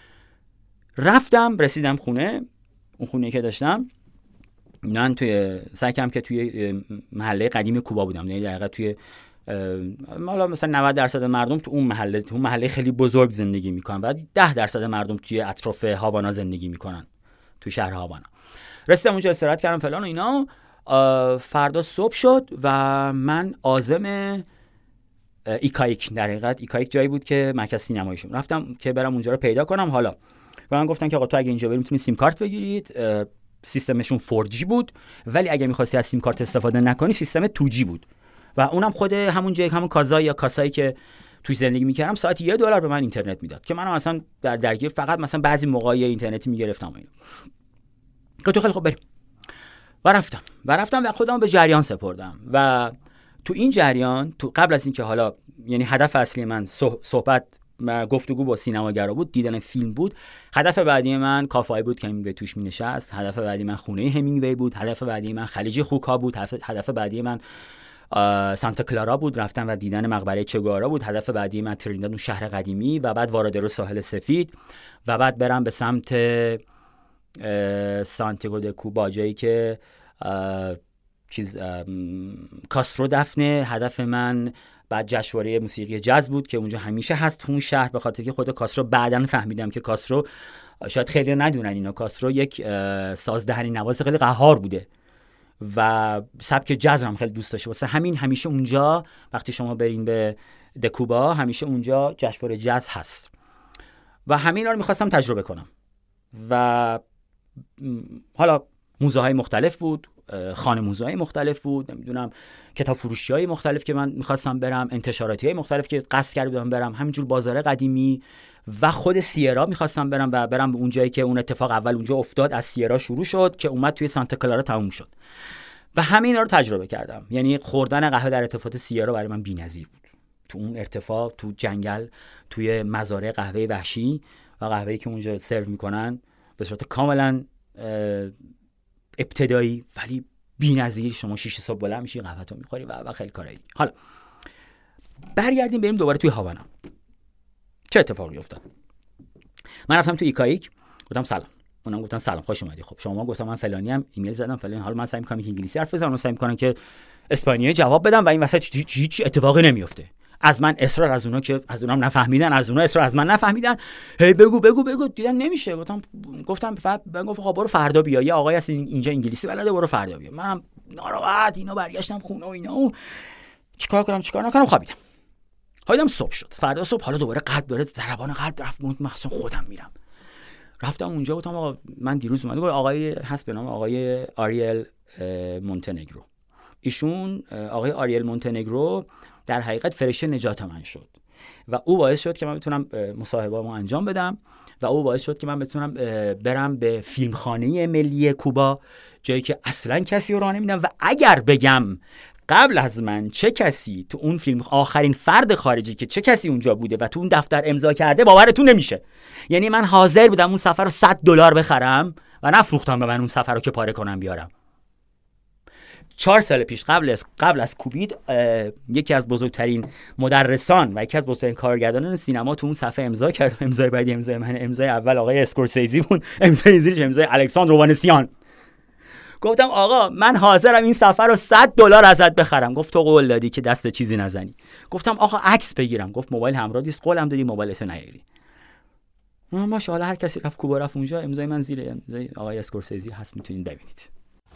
رفتم، رسیدم خونه، اون خونه که داشتم من توی سعی کردم که توی محله قدیم کوبا بودم، یعنی در حقیقت توی حالا مثلا 90% مردم تو اون محله خیلی بزرگ زندگی میکنن و 10% مردم توی اطراف هاوانا زندگی میکنن، تو شهر هاوانا. رسیدم اونجا، استراحت کردم فلان و اینا. فردا صبح شد و من عازم ایکایک، در حقیقت ایکایک جایی بود که مرکز سینماییشون، رفتم که برم اونجا رو پیدا کنم. حالا و من گفتن که آقا تو اگه اینجا بریم میتونی سیم کارت بگیرید. سیستمشون 4G بود، ولی اگه می‌خواستی از سیم کارت استفاده نکنی سیستم 2G بود و اونم خود همون جایی، همون کازا یا کاسایی که توی زندگی می‌کردم، ساعتی $1 به من اینترنت میداد که منم مثلا درگیر فقط مثلا بعضی موقعی اینترنتی میگرفتم اینا. گفتم خیلی خوب بریم. و رفتم و خودم به جریان سپردم و تو این جریان، تو قبل از اینکه حالا یعنی هدف اصلی من صحبت و گفتگو با سینماگرا بود، دیدن فیلم بود. هدف بعدی من کافه‌ای بود که همینگوی توش می‌نشست. هدف بعدی من خونه همینگوی بود. هدف بعدی من خلیج خوکا بود. هدف بعدی من سانتا کلارا بود، رفتن و دیدن مقبره چگوارا بود. هدف بعدی من ترینداد، اون شهر قدیمی، و بعد وارادرو، ساحل سفید، و بعد برم به سمت سانتیاگو د کوبا، جایی که کاسترو دفنه هدف من. بعد جشنواره موسیقی جاز بود که اونجا همیشه هست تو اون شهر، به خاطر که خود کاسترو بعداً فهمیدم که کاسترو، شاید خیلی ندونن اینا، کاسترو یک سازدهنی نواز خیلی قهار بوده و سبک جاز هم خیلی دوست داشته. واسه همین همیشه اونجا وقتی شما برین به دکوبا همیشه اونجا جشنواره جاز هست و همین رو می‌خواستم تجربه کنم. و حالا موزه های مختلف بود، خانه موزه های مختلف بود، نمیدونم کتاب فروشی های مختلف که من میخواستم برم، انتشاراتی های مختلف که قصد کرده بودم برم، همینجور بازار قدیمی و خود سیرا میخواستم برم و برم به اون جایی که اون اتفاق اول اونجا افتاد، از سیرا شروع شد که اومد توی سانتا کلارا تموم شد و همین رو تجربه کردم. یعنی خوردن قهوه در ارتفاعات سیرا برای من بی‌نظیر بود. تو اون ارتفاع، تو جنگل، توی مزارع قهوه وحشی و قهوه‌ای که اونجا سرو میکنن به صورت کاملا ابتدایی ولی بی‌نظیر، شما 6 صبح بلند میشی قهوه‌تو میخوری و خیلی کارایی. حالا برگردیم بریم دوباره توی هاوانا. چه اتفاقی افتاد؟ من رفتم تو ایکایک، گفتم سلام، اونم گفتن سلام خوش اومدی. خب شما گفتم من فلانی ام، ایمیل زدم فلان. حالا من سعی می‌کنم که انگلیسی حرف بزنم، سعی می‌کنم که اسپانیایی جواب بدم و این وسط هیچ اتفاقی نمیفته. از من اصرار، از اونا که از اونام نفهمیدن، از اونا اصرار از من نفهمیدن، هی بگو دیدم نمیشه. گفتم خب برو فردا بیا، یه آقای هست اینجا انگلیسی بلده، برو فردا بیا. منم ناراحت اینا برگشتم خونه و اینا و چیکار نکنم خوابیدم. صبح شد، فردا صبح حالا دوباره قلب داره، ضربان قلب رفت، مخصوصا خودم میرم. رفتم اونجا گفتم آقا من دیروز اومدم، آقای هست به نام آقای آریل مونتنگرو. ایشون آقای آریل مونتنگرو در حقیقت فرشته نجات من شد و او باعث شد که من بتونم مصاحبه‌امو انجام بدم و او باعث شد که من بتونم برم به فیلمخانه ملی کوبا، جایی که اصلا کسی رو راه نمیدم و اگر بگم قبل از من چه کسی تو اون فیلم، آخرین فرد خارجی که چه کسی اونجا بوده و تو اون دفتر امضا کرده، باورتون نمیشه. یعنی من حاضر بودم اون سفر رو $100 بخرم و نفروختم به من اون سفر رو که پاره کنم بیارم. 4 سال پیش قبل از کووید یکی از بزرگترین مدرسان و یکی از بزرگترین کارگردانان سینما تو اون صفحه امضا کرد. امضای بعدی امضای من، امضای اول آقای اسکورسیزی بود، امضای زیرش امضای الکساندر اووانسیان. گفتم آقا من حاضرم این سفر رو $100 ازت بخرم. گفت تو قول دادی که دست به چیزی نزنی. گفتم آقا عکس بگیرم. گفت موبایل همراه نیست، قولم دادی موبایلتو نیاری. ماشاءالله هر کسی رفت کوبا رفت اونجا، امضای من زیر امضای آقای اسکورسیزی هست، میتونید ببینید.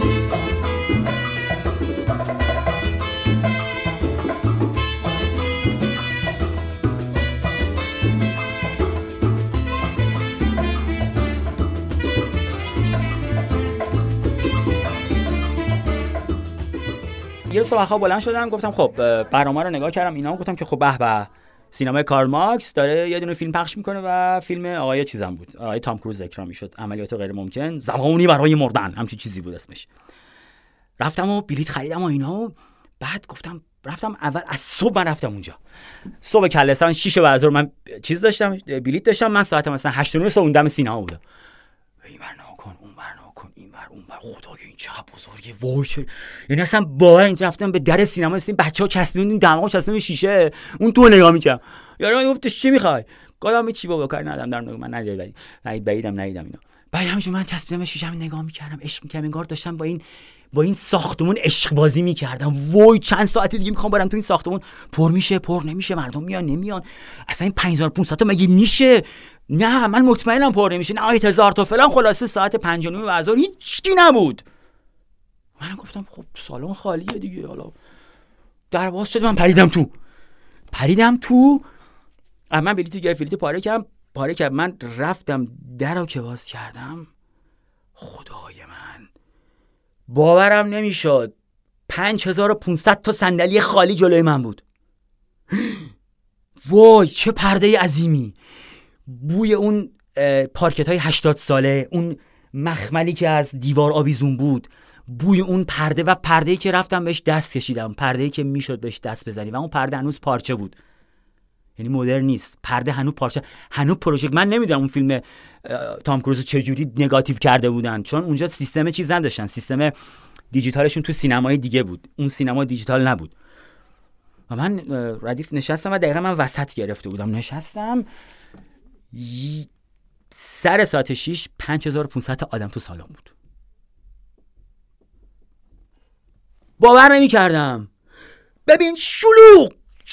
یه صبح بلند شدم، گفتم خب برنامه رو نگاه کردم اینا، گفتم که خب به به سینمای کارل مارکس داره یه دونه فیلم پخش میکنه و فیلم آقای چیزام بود، آقای تام کروز اکرام میشد، عملیات غیر ممکن، زمانی برای مردن، همچین چیزی بود اسمش. رفتم و بلیط خریدم و اینا و بعد گفتم رفتم اول از صبح من رفتم اونجا. صبح کله ساعت 6 بعد از ظهر من چیز داشتم، بلیط داشتم، من ساعت مثلا 8:30 صبح دم سینما بودم. این برنامه کن اون برنامه کن این خدای این چه بزرگه وای چه، یعنی اصلا باور اینجا رفتم به در سینما، این بچه‌ها چسبوندن دماغو چسبوندن شیشه، اون تو نگاه می‌کردم. یارو گفت چی می‌خوای؟ گفتم چی بابا کار ندارم، در من ندیدم اینا. بعد همینجوری من چسبیدم به شیشه، نگاه می‌کردم، عشق می‌کردم، انگار داشتم با این ساختمون عشق بازی می‌کردم. وای چند ساعت دیگه می‌خوام برم تو این ساختمون، پر میشه پر نمیشه، مردم میان نمیان، اصلا این 5500 تا مگه میشه؟ نه من مطمئنم پر نمیشه، نه 1000 تا فلان. خلاصه ساعت 5:30 بعد هیچکی نبود. من گفتم خب سالن خالیه دیگه، حالا در باز شد، من پریدم تو. من بلیط گرفتم، بلیط پاره کردم. من رفتم درو که باز کردم، خدای من باورم نمیشد 5500 تا صندلی خالی جلوی من بود. وای چه پرده عظیمی، بوی اون پارکت های 80 ساله، اون مخملی که از دیوار آویزون بود، بوی اون پرده و پرده‌ای که رفتم بهش دست کشیدم، پرده‌ای که میشد بهش دست بزنی و اون پرده هنوز پارچه بود، یعنی مدرن نیست، پرده هنوز پارچه، هنوز پروژکت. من نمیدونم اون فیلم تام کروز چجوری نگاتیو کرده بودن، چون اونجا سیستم چیز نداشتن، سیستم دیجیتالشون تو سینمای دیگه بود، اون سینما دیجیتال نبود. و من ردیف نشستم و دقیقا من وسط گرفته بودم، نشستم سر ساعت 6 5500 تا آدم تو سالن بود. باور نمی‌کردم. ببین شلوغ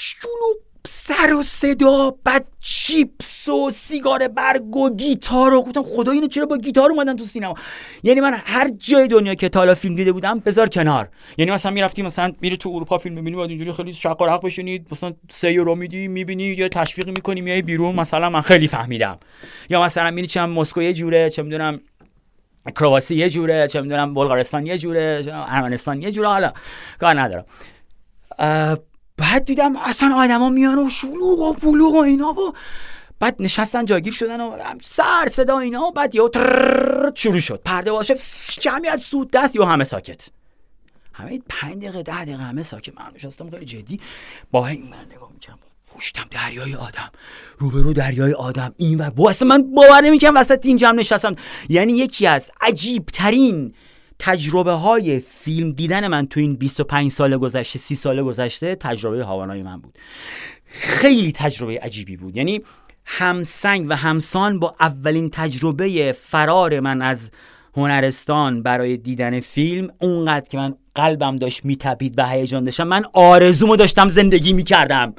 سر و صدا، بعد چیپس و سیگار برگ و گیتار و گفتم خدا اینو چرا با گیتار اومدن تو سینما. یعنی من هر جای دنیا که تا حالا فیلم دیده بودم بذار کنار. یعنی مثلا میرفتیم، مثلا میری تو اروپا فیلم ببینی، بعد اینجوری خیلی شق و رق بشینید، مثلا 3 یورو میدی میبینی یا تشویق میکنی میای بیرون، مثلا من خیلی فهمیدم. یا مثلا میری چم مسکو یه جوره، چه میدونم کرواسی یه جوره، چه میدونم بلغارستان یه جوره، ارمنستان یه جوره، حالا کار ندارم. بعد دیدم اصلا آدما میان و شلوغ و بلوغ و اینا و بعد نشستن جاگیر شدن و سر صدا اینا و بعد یهو شروع شد پرده باشه، جمعیت سود دست یا همه ساکت، همه 5 دقیقه 10 دقیقه همه ساکت. من نشستم خیلی جدی با این من نگاه می‌کردم، پشتم دریای آدم، روبرو دریای آدم، این و با اصلا من باور نمی‌کنم وسط این جمع نشستم. یعنی یکی از عجیب ترین تجربه های فیلم دیدن من تو این 25 سال گذشته 30 سال گذشته تجربه هاوانای من بود. خیلی تجربه عجیبی بود. یعنی همسنگ و همسان با اولین تجربه فرار من از هنرستان برای دیدن فیلم، اونقدر که من قلبم داشت میتپید و هیجان داشتم، من آرزومو داشتم زندگی میکردم.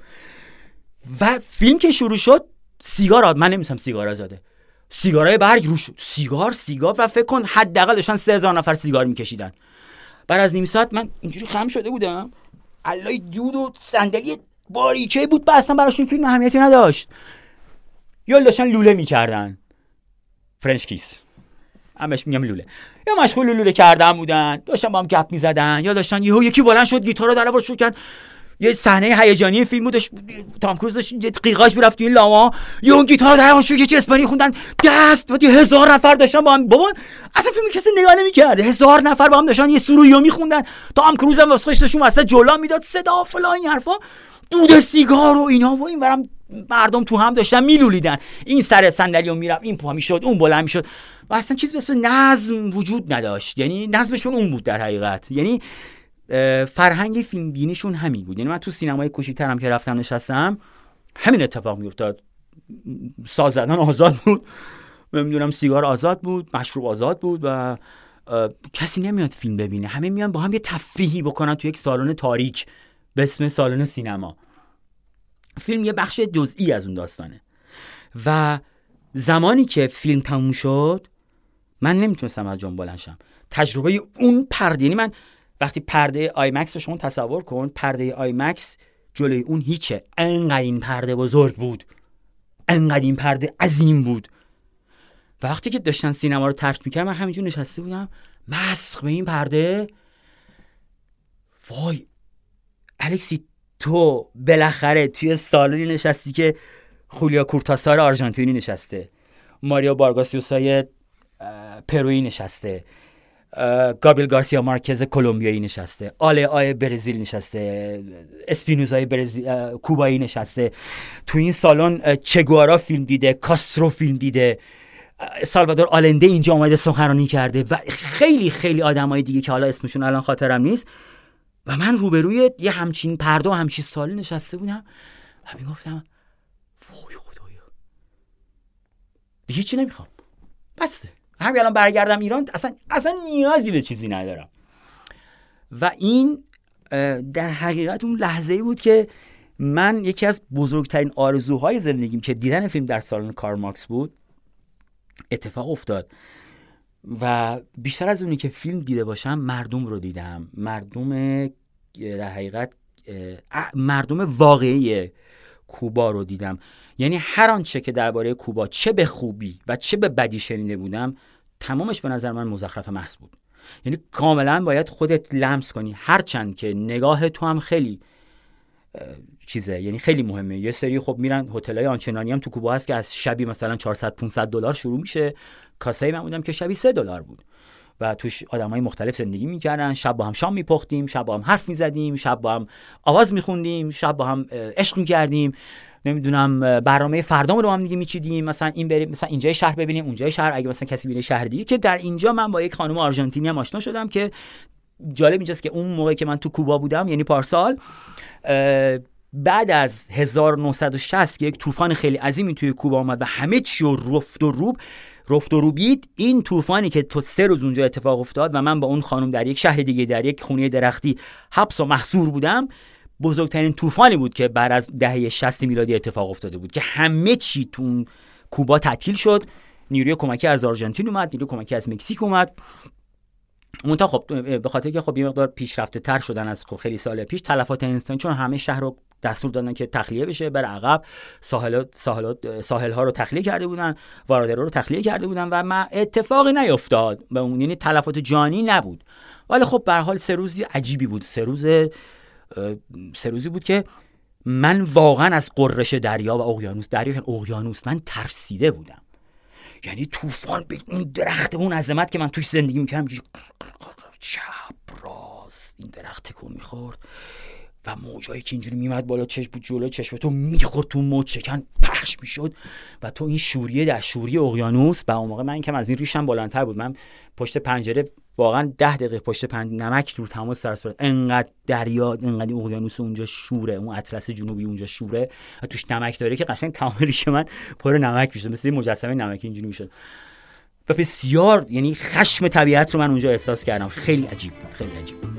و فیلم که شروع شد سیگار، من نمی‌دونم سیگار آزاده، سیگارای برگ روش، سیگار و فکر کن حداقل داشتن 3000 نفر سیگار میکشیدن. بعد از نیم ساعت من اینجوری خم شده بودم، علای دود و صندلی باریکه بود، اصلا براشون فیلم اهمیتی نداشت. یا داشتن لوله میکردن، فرنچ کیس همش میگم لوله، یا مشغول لوله کردن بودن، داشتن با هم گپ میزدن، یا داشتن یکی بلند شد گیتارو در آورد شروع کرد یه صحنه هیجانی فیلمو داشت، تام کروز داشت قیقاش میرفت تو این لاوا، یه اون گیتار در اون شو چه اسپانی خوندن دست بعد 1000 نفر داشتن با هم، بابا اصلا فیلم کسی نگاه نمی‌کرد، 1000 نفر با هم داشتن یه سرویو میخوندن، تام کروز هم واسه خودشون واسه جولا میداد، صدا فلان این حرفا، دود سیگار و اینا و اینورم مردم تو هم داشتن میلولیدن، این سر صندلیو میرفت این پا میشد اون بلند میشد و اصلا چیز به اسم نظم وجود نداشت. یعنی نظمشون اون بود در حقیقت. یعنی فرهنگ فیلم بینیشون همین بود. یعنی من تو سینمای کوچیک‌ترم که رفتم نشستم همین اتفاق میافتاد، ساز زدن آزاد بود، نمیدونم سیگار آزاد بود، مشروب آزاد بود و کسی نمیاد فیلم ببینه، همه میان با هم یه تفریحی بکنن تو یک سالن تاریک به اسم سالن سینما. فیلم یه بخش جزئی از اون داستانه و زمانی که فیلم تموم شد من نمیتونستم از جام بلند شم. تجربه اون پرده، یعنی من وقتی پرده آیمکس رو شما تصور کن، پرده آیمکس جلوی اون هیچه، انقدر این پرده بزرگ بود، انقدر این پرده عظیم بود. وقتی که داشتن سینما رو ترک میکردم من همینجور نشسته بودم مسخ به این پرده. وای الکسی تو بالاخره توی سالونی نشستی که خولیا کورتاسار آرژانتینی نشسته، ماریو بارگاسیوسای پرویی نشسته، گابریل گارسیا مارکز کلمبیایی نشسته، آله برزیل نشسته، اسپینوزای برزیل کوبایی نشسته. تو این سالن چگوارا فیلم دیده، کاسترو فیلم دیده، سالوادور آلنده اینجا اومده سخنرانی کرده و خیلی خیلی آدمای دیگه که حالا اسمشون الان خاطرم نیست. و من روبروی یه همچین پرده و همچین سالن نشسته بودم و میگفتم وای خدایا دیگه چی نمیخوام، بسه همین الان برگردم ایران اصلا نیازی به چیزی ندارم. و این در حقیقت اون لحظه‌ای بود که من یکی از بزرگترین آرزوهای زندگیم که دیدن فیلم در سالن کارل مارکس بود اتفاق افتاد. و بیشتر از اونی که فیلم دیده باشم مردم رو دیدم، مردم در حقیقت مردم واقعی کوبا رو دیدم. یعنی هر آنچه که درباره کوبا چه به خوبی و چه به بدی شنیده بودم تمامش به نظر من مزخرف محض بود. یعنی کاملا باید خودت لمس کنی، هرچند که نگاه تو هم خیلی چیزه، یعنی خیلی مهمه. یه سری خب میرن هتل‌های آنچنانی هم تو کوبا هست که از شبی مثلا 400-500 دلار شروع میشه، کاسه من بودم که شبی $3 بود و توش آدمای مختلف زندگی میکردن، شب با هم شام میپختیم، شب با هم حرف میزدیم، شب با هم آواز میخوندیم، شب با هم عشق میکردیم، نمیدونم برنامه فردامو رو هم دیگه میچیدیم، مثلا این بریم مثلا اینجای شهر ببینیم اونجای شهر، اگه مثلا کسی بیره شهر دیگه. که در اینجا من با یک خانم آرژانتینی هم آشنا شدم که جالب اینجاست که اون موقع که من تو کوبا بودم، یعنی پارسال، بعد از 1960 که یک طوفان خیلی عظیمی توی کوبا اومد و همه چی رو رفت و روبید، این طوفانی که تو 3 روز اونجا اتفاق افتاد و من با اون خانم در یک شهر دیگه در یک خونه درختی حبس و محصور بودم، بزرگترین طوفانی بود که بعد از دهه 60 میلادی اتفاق افتاده بود که همه چی تو کوبا تعطیل شد. نیروی کمکی از آرژانتین اومد، نیروی کمکی از مکزیک اومد. منتها خب به خاطر که خب یه مقدار پیشرفته تر شدن از خب خیلی سال پیش، تلفات انسانی، چون همه شهر رو دستور دادن که تخلیه بشه، بر عقب ساحل ها رو تخلیه کرده بودن، وارادرو رو تخلیه کرده بودن و ما اتفاقی نیفتاد به اون، یعنی تلفات جانی نبود. ولی خب به هر حال 3 روزی عجیبی بود. 3 روزی بود که من واقعا از قررش دریا و اقیانوس من ترسیده بودم. یعنی طوفان به اون درخت، اون عظمت که من توش زندگی میکردم، چپ راست این درخت تکون میخورد و موجایی که اینجوری میمد بالا جلوی چشم تو میخورد تو موج شکن پخش میشد و تو این شوریه در شوری اقیانوس. و اون موقع من که از این ریشم بلندتر بود، من پشت پنجره واقعا 10 دقیقه پشت نمک رو تماس سر صورت، انقدر دریا، انقدر اقیانوس اونجا شوره، اون اطلس جنوبی اونجا شوره و توش نمک داره که قشنگ تمام ریش من پر نمک میشد، مثل مجسمه نمکی اینجوری میشد. و بسیار یعنی خشم طبیعت رو من اونجا احساس کردم. خیلی عجیب بود، خیلی عجیب بود.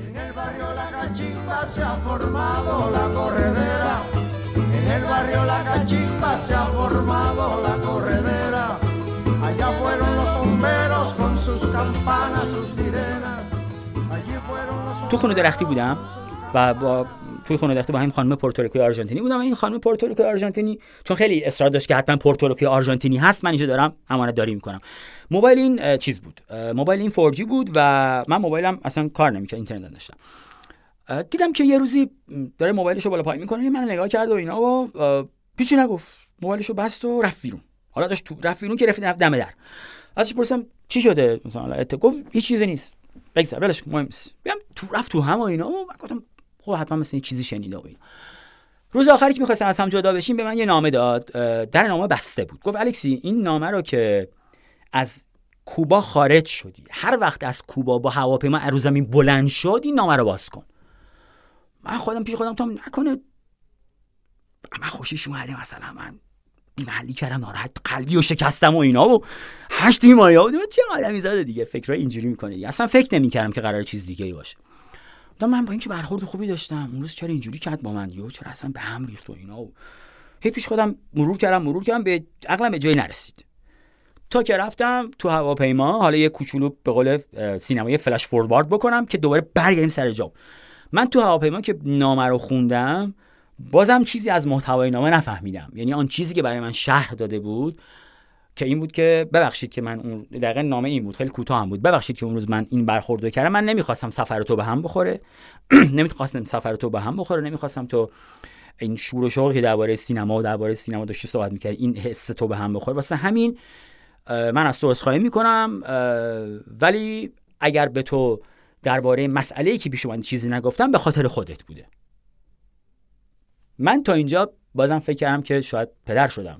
تو خونه درختی بودم و توی خونه درختی با همین خانم پورتوریکوی آرژانتینی بودم. و این خانم پورتوریکوی آرژانتینی چون خیلی اصرار داشت که حتما پورتوریکوی آرژانتینی هست، من اینجا دارم امانت داری میکنم. موبایل این چیز بود، موبایل این 4G بود و من موبایلم اصلا کار نمیکرد، اینترنت داشتم. دیدم که یه روزی داره موبایلشو بالا پایین میکنه، من نگاه کرد و اینا و هیچی نگفت، موبایلشو بست و رفت بیرون. حالا داشت تو رفت بیرون که رفت دم در. ازش پرسیدم چی شده مثلا، گفت هیچ چیزی نیست، بگذار ولش کن، مهم نیست. بیام تو رفت تو هم و اینا و من گفتم خب حتما مثلا چیزی شنیده و اینا. روز آخری که می‌خواستم از هم جدا بشیم به من یه نامه داد، در نامه بسته بود. گفت الکسی این نامه رو که از کوبا خارج شدی، هر وقت از کوبا با هواپیما رو زمین بلند شد این نامه رو باز کن. من خودم پیش خودم نکنه من خوشش اومده مثلا من بی‌محلی کردم، ناراحت قلبی و شکستم و اینا و 8 مایا بودم. چه آدمی زاده دیگه فکرای اینجوری میکنه دیگه. اصلا فکر نمی‌کردم که قرار چیز دیگه‌ای باشه. من با اینکه برخورد خوبی داشتم، اون روز چرا اینجوری کرد با من، یا چرا اصلا به هم ریخت و اینا و هی پیش خودم مرور کردم به عقلم به جایی نرسید. تا که رفتم تو هواپیما، حالا یه کوچولو به قول سینمایی فلش فوروارد بکنم که دوباره برگردیم سر جام. من تو هواپیما که نامه رو خوندم بازم چیزی از محتوای نامه نفهمیدم. یعنی آن چیزی که برای من شرح داده بود که این بود که ببخشید که من اون دقیقاً نامه این بود، خیلی کوتاه هم بود، ببخشید که اون روز من این برخوردو کردم، من نمیخواستم سفر تو به هم بخوره نمیخواستم تو این شور و شوقی درباره سینما داشتی صحبت می‌کردی این حس تو به هم بخوره، واسه همین من از تو عذرخواهی میکنم، ولی اگر به تو درباره مسئله‌ای که پیش اومد چیزی نگفتم به خاطر خودت بوده. من تا اینجا بازم فکر کردم که شاید پدر شدم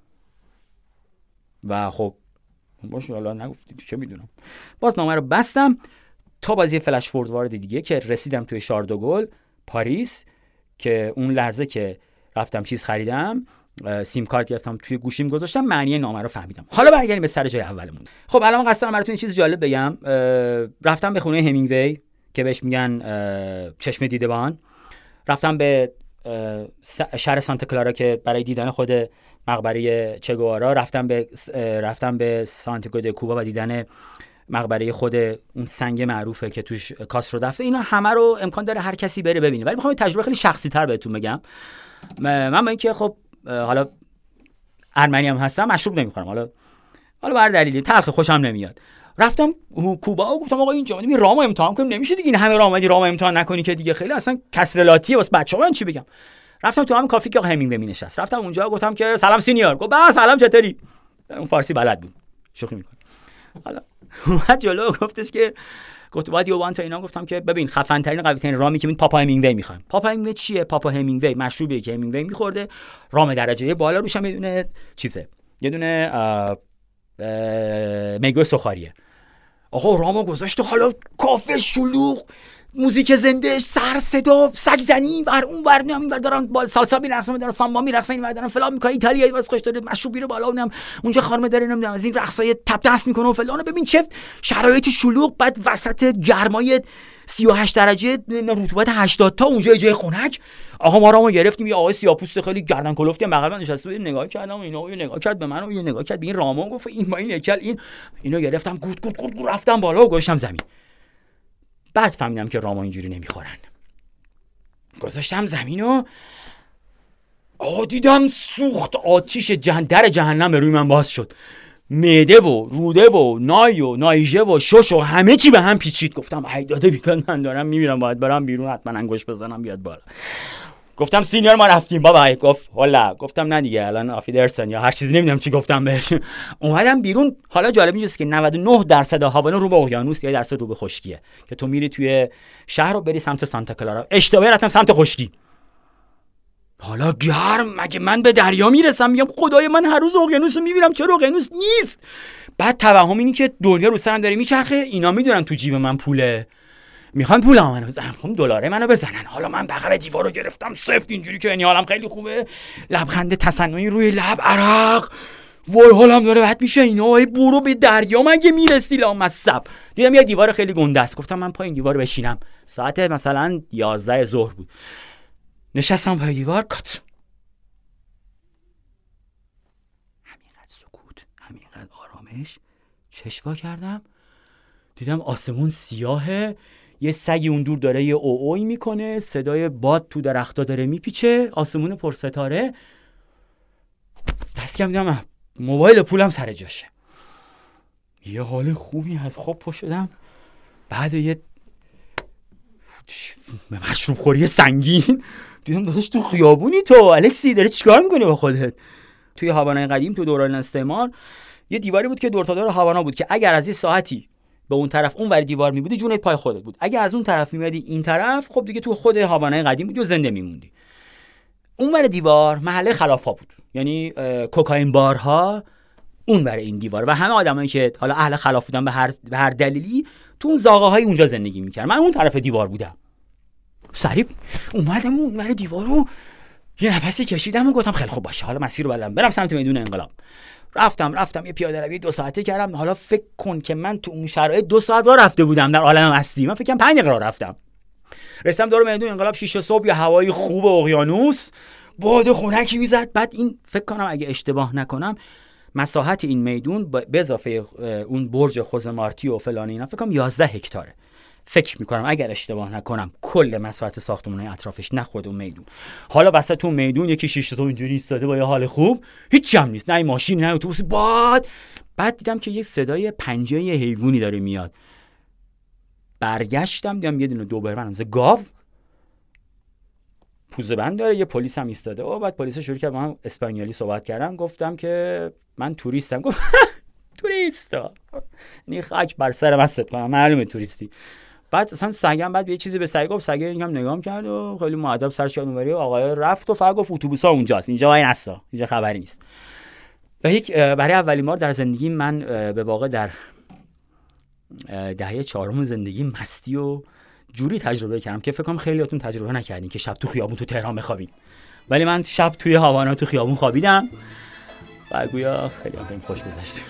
و خب باشه حالا نگفتی چه میدونم. باز نامه رو بستم تا بازی فلش فوروارد دیگه که رسیدم توی شارل دو گل پاریس، که اون لحظه که رفتم چیز خریدم، سیم کارت گرفتم توی گوشیم گذاشتم، معنی نامه رو فهمیدم. حالا برگردیم به سر جای اولمون. خب الان قصد دارم براتون چیز جالب بگم. رفتم به خونه همینگوی که بهش میگن چشم دیدبان، رفتم به شهر سانتا کلارا که برای دیدن خود مقبره چگوارا، رفتم به سانتیاگو د کوبا و دیدن مقبره خود اون سنگ معروفه که توش کاسترو دفته. اینا همه رو امکان داره هر کسی بره ببینه، ولی میخوام تجربه خیلی شخصی تر بهتون بگم. من با اینکه خب حالا ارمنی هم هستم، مشروب نمیخورم، حالا بر دلیلی تلخ خوشم نمیاد. رفتم کوبا و گفتم آقا اینجا می رامو امتحان کنیم، نمیشه دیگه این همه رامو امتحان نکنی که دیگه خیلی اصلا کسرلاتی واسه بچه‌ها. من چی بگم؟ رفتم تو همین کافی که آقا همین ببینه نشست، رفتم اونجا گفتم که سلام سینیور. گفت با سلام چطوری؟ اون فارسی بلد بود، شوخی میکنه. حالا اومد جلو گفتش که گفت what you want اینا. گفتم که ببین خفن ترین قوی ترین رامی که پاپا همینگوی میخوایم. پاپا همینگوی چیه؟ پاپا همینگوی مشروبیه که همینگوی میخورده، رام درجه بالا روش هم یه دونه چیزه، یه دونه میگو سخاریه. آقا رامو گذاشت، حالا کافه شلوغ، موزیک زنده، سر صدا، سگ زنی ور اون ور نمیور دارن با سالسا میرقصن، دارن سامبا میرقصن، این ور دارن فلان میکنن، ایتالیایی واسه خوش داره مشروب میره بالا، اونم اونجا خانم داره نمیدونم از این رقصای تپ دست میکنه و فلان. ببین چه شرایط شلوغ، بعد وسط گرمای 38 درجه، رطوبت 80 تا، اونجا جای خنک. آقا ما رو گرفتیم، یه آقای سیاه‌پوست خیلی گردن کلفتی بغل من نشسته بود، نگاه کردم اینا، یه نگاه کرد به من و یه نگاه کرد به این رامان، گفت این با این هیکل اینو گرفتم گوت رفتم بالا و گذاشتم زمین. بعد فهمیدم که راما اینجوری نمیخورن. گذاشتم زمین و دیدم سوخت آتیش در جهنم به روی من باز شد. معده و روده و نای و نایژه و شش و همه چی به هم پیچید. گفتم ای داده بیکن، من دارم میمیرم، باید برم بیرون، حتما انگوش بزنم بیاد بالا. گفتم سینیور ما رفتیم بابا. گفت والا. گفتم نه دیگه الان آفیدرسن یا هر چیزی، نمیدونم چی گفتم بهش. اومدم بیرون. حالا جالب اینجاست که 99% هاوانا رو به اقیانوس، 1% رو به خشکیه، که تو میری توی شهر رو بری سمت سانتا کلارا، اشتباهی رفتم سمت خشکی. حالا گرم، مگه من به دریا میرسم؟ میگم خدای من هر روز اقیانوس رو میبینم، چرا اقیانوس نیست؟ بعد توهم اینی که دنیا رو سرم داره میچرخه، اینا میدونن تو جیب من پوله، میخوان پولم منو بزنن، میخوام دلاره منو بزنن. حالا من بغل دیوار رو گرفتم سفت اینجوری که حالم خیلی خوبه، لبخند تصنعی روی لب، عرق، وای حالم داره بد میشه. اینا برو به دریا مگه میرسی لامصب. دیدم یه دیوار خیلی گنده است، گفتم من پای این دیوار بشینم. ساعت مثلا 11 ظهر بود، نشستم پای دیوار، کات. همینقدر سکوت، همینقدر آرامش. چشم وا کردم، دیدم آسمون سیاهه، یه سگی اون دور داره یه اوی میکنه، صدای باد تو درختا داره میپیچه، آسمون پرستاره. دست کم دیدم موبایل پولم سر جاشه. یه حال خوبی از خواب پا شدم. بعد یه مشروب خوری سنگین دیدم داداش تو خیابونی، تو الکسی داره چیکار میکنی با خودت؟ توی هاوانا قدیم تو دوران استعمار یه دیواری بود که دور تا دور هاوانا بود که اگر از یه ساعتی به اون طرف اون ور دیوار میبودی جونت پای خودت بود، اگر از اون طرف میمدی این طرف خب دیگه تو خود هاوانا قدیم بودی و زنده میموندی. اون ور دیوار محله خلافا بود، یعنی کوکائین بارها اون ور این دیوار، و همه آدمایی که حالا اهل خلاف بودن به هر دلیلی تو اون زاغه‌های اونجا زندگی میکردن. من اون طرف دیوار بودم. سریع اومدم اون ور دیوار رو یه نفسی کشیدم و گفتم خیلی خوب باشه، حالا مسیر رو بلدم، برم سمت میدون انقلاب. رفتم یه پیاده روی 2 ساعته کردم. حالا فکر کن که من تو اون شرایط 2 ساعت راه رفته بودم در عالم هستی. من فکر کنم 5 دقیقه راه رفتم. رسیدم دور میدون انقلاب 6 صبح، یه هوای خوب اقیانوس، باد خنکی میزد. بعد این فکر کنم اگه اشتباه نکنم مساحت این میدون به اضافه اون برج خوزه مارتی و فلان اینا فکر کنم 11 هکتاره. فکر میکنم اگر اشتباه نکنم کل مساحت ساختمان‌های اطرافش، نه خود اون میدون. حالا وسط اون میدون یکی 6 تا اینجوری ایستاده با یه حال خوب، هیچ هم نیست، نه ماشین نه اتوبوس. بعد دیدم که یه صدای پنجه یه حیوانی داره میاد. برگشتم دیدم یه دونه دوبرمن از گاو پوزه بند داره، یه پلیس هم ایستاده. و بعد پلیس شروع کرد با من اسپانیایی صحبت کردن. گفتم که من توریستم. گفت توریستا، یعنی خاک بر سر مست کنم، معلومه توریستی. بعد اصلا سگم بعد یه چیزی به سگ گفت، سگ اینم نگام کرد و خیلی مؤدب سرش کرد اونوری. آقای رفت و فقط گفت اتوبوسا اونجاست، اینجا وای نسا، اینجا خبری نیست. و برای اولین بار در زندگی من به واقع در دهه 4 زندگی مستی و جوری تجربه کردم که فکر کنم خیلیاتون تجربه نکردین که شب تو خیابون تو تهران بخوابید، ولی من شب توی هاوانا تو خیابون خوابیدم و گویا خیلی هم خوش گذشت.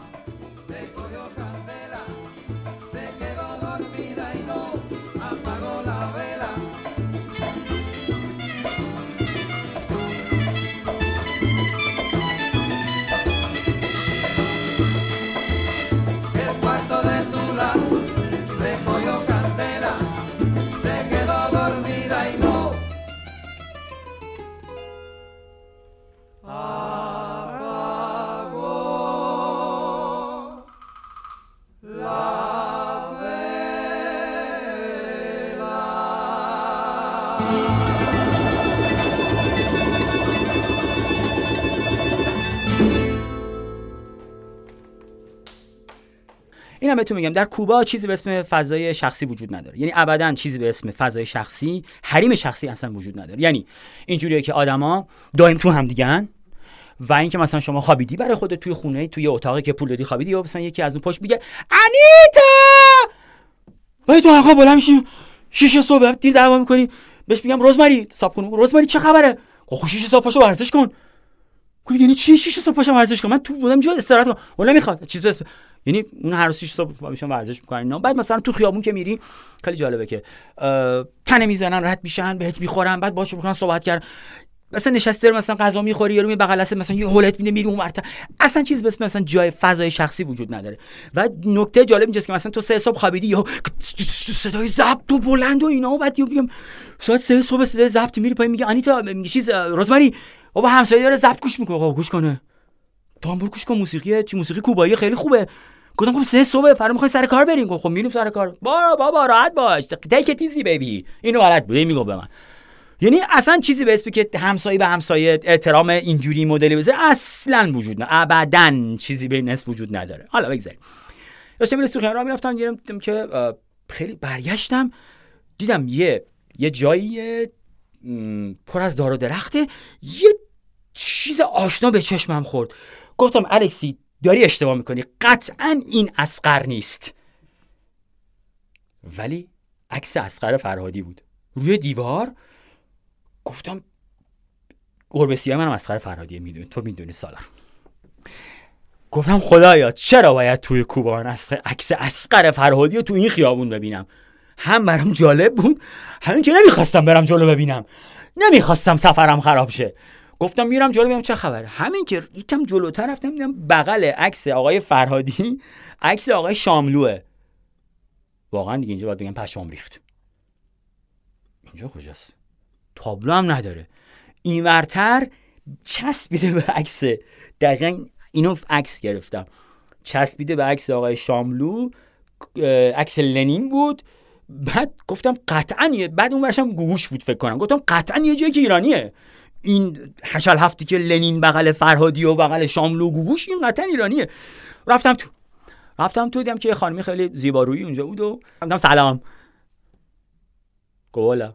اینم بهتون میگم در کوبا چیزی به اسم فضای شخصی وجود نداره، یعنی ابداً چیزی به اسم فضای شخصی، حریم شخصی اصلا وجود نداره. یعنی اینجوریه که آدما دائم تو هم دیگه‌ن و اینکه مثلا شما خوابیدی برای خودت توی خونه، توی اتاقی که پول دادی خوابیدی، یا مثلا یکی از اون پشت میگه انیتا، باید تو خواب بلند میشی 6 صبح دیر دعوا میکنی. بهش میگم رزماری صاحب خانم، رزماری چه خبره؟ خب 6 صبح پاشو ورزش کن. گفت یعنی چی 6 صبح پاشو ورزش کن؟ من تو بودم جا استراحت کنم. ولی نمیخواد چیزو یعنی اون هر روز 6 صبح میشن ورزش میکنن اینا. بعد مثلا تو خیابون که میری خیلی جالبه که تنه میزنن، راحت میشن، بهت میخورن، بعد باهاش میکنن صحبت کردن. مثلا نشسته مثلا غذا میخوری، یارو می بغل دست مثلا یه هولت میده میری اونورتر. اصلا چیز بس مثلا جای فضای شخصی وجود نداره. و نکته جالب اینجاست که مثلا تو 3 صبح خوابیدی یا صدای ضبط و بلند و اینا، و بعد میگم ساعت 3 صبح صدای ضبط میری پایین، میگه آنیتا میگه چیز رزماری بابا همسایه داره ضبط گوش میکنه. آقا گوش کنه، تو هم برو گوش کن، موسیقیه چی، موسیقی کوبایی خیلی خوبه. گفتم خب 3 صبح فردا میخواین سر کار بریم. خب میریم سر کار. بابا راحت باش، تیک تیزی بیبی. اینو بلد بوده میگه به من. یعنی اصلا چیزی به اسمی که همسایه به همسایه احترام اینجوری مدلی بذاره اصلا وجود نه، ابداً چیزی به نسب وجود نداره. حالا بگذاریم. داشتم میرم تو خیابون راه میرفتم، دیدم که خیلی برگشتم دیدم یه جایی پر از دار و درخته، یه چیز آشنا به چشمم خورد. گفتم الکسی داری اشتباه میکنی، قطعاً این اصغر نیست. ولی عکس اصغر فرهادی بود روی دیوار. گفتم گربه سیاه منم اصغر فرهادیه، میدونی تو میدونی سالار. گفتم خدایا چرا باید توی کوبان عکس اصغر فرهادی رو تو این خیابون ببینم؟ هم برام جالب بود، همین که نمیخواستم برم جلو ببینم، نمیخواستم سفرم خراب شه. گفتم میرم جلو ببینم چه خبره. همین که یکم جلوتر رفتم دیدم بغل عکس آقای فرهادی عکس آقای شاملوه. واقعا دیگه اینجا باید بگم پشمام ریخت. اینجا کجاست؟ تابلو هم نداره. اینورتر چسبیده به عکس، دقیقاً اینو عکس گرفتم، چسبیده به عکس آقای شاملو، عکس لنین بود. بعد گفتم قطعاً، بعد اون ورشم گوگوش بود فکر کنم، گفتم قطعاً یه جایی که ایرانیه. این هشل هفتی که لنین بغل فرهادی و بغل شاملو گوگوش، این قطعاً ایرانیه. رفتم تو دیدم که یه خانمی خیلی زیبارویی اونجا بود و گفتم سلام. گوالا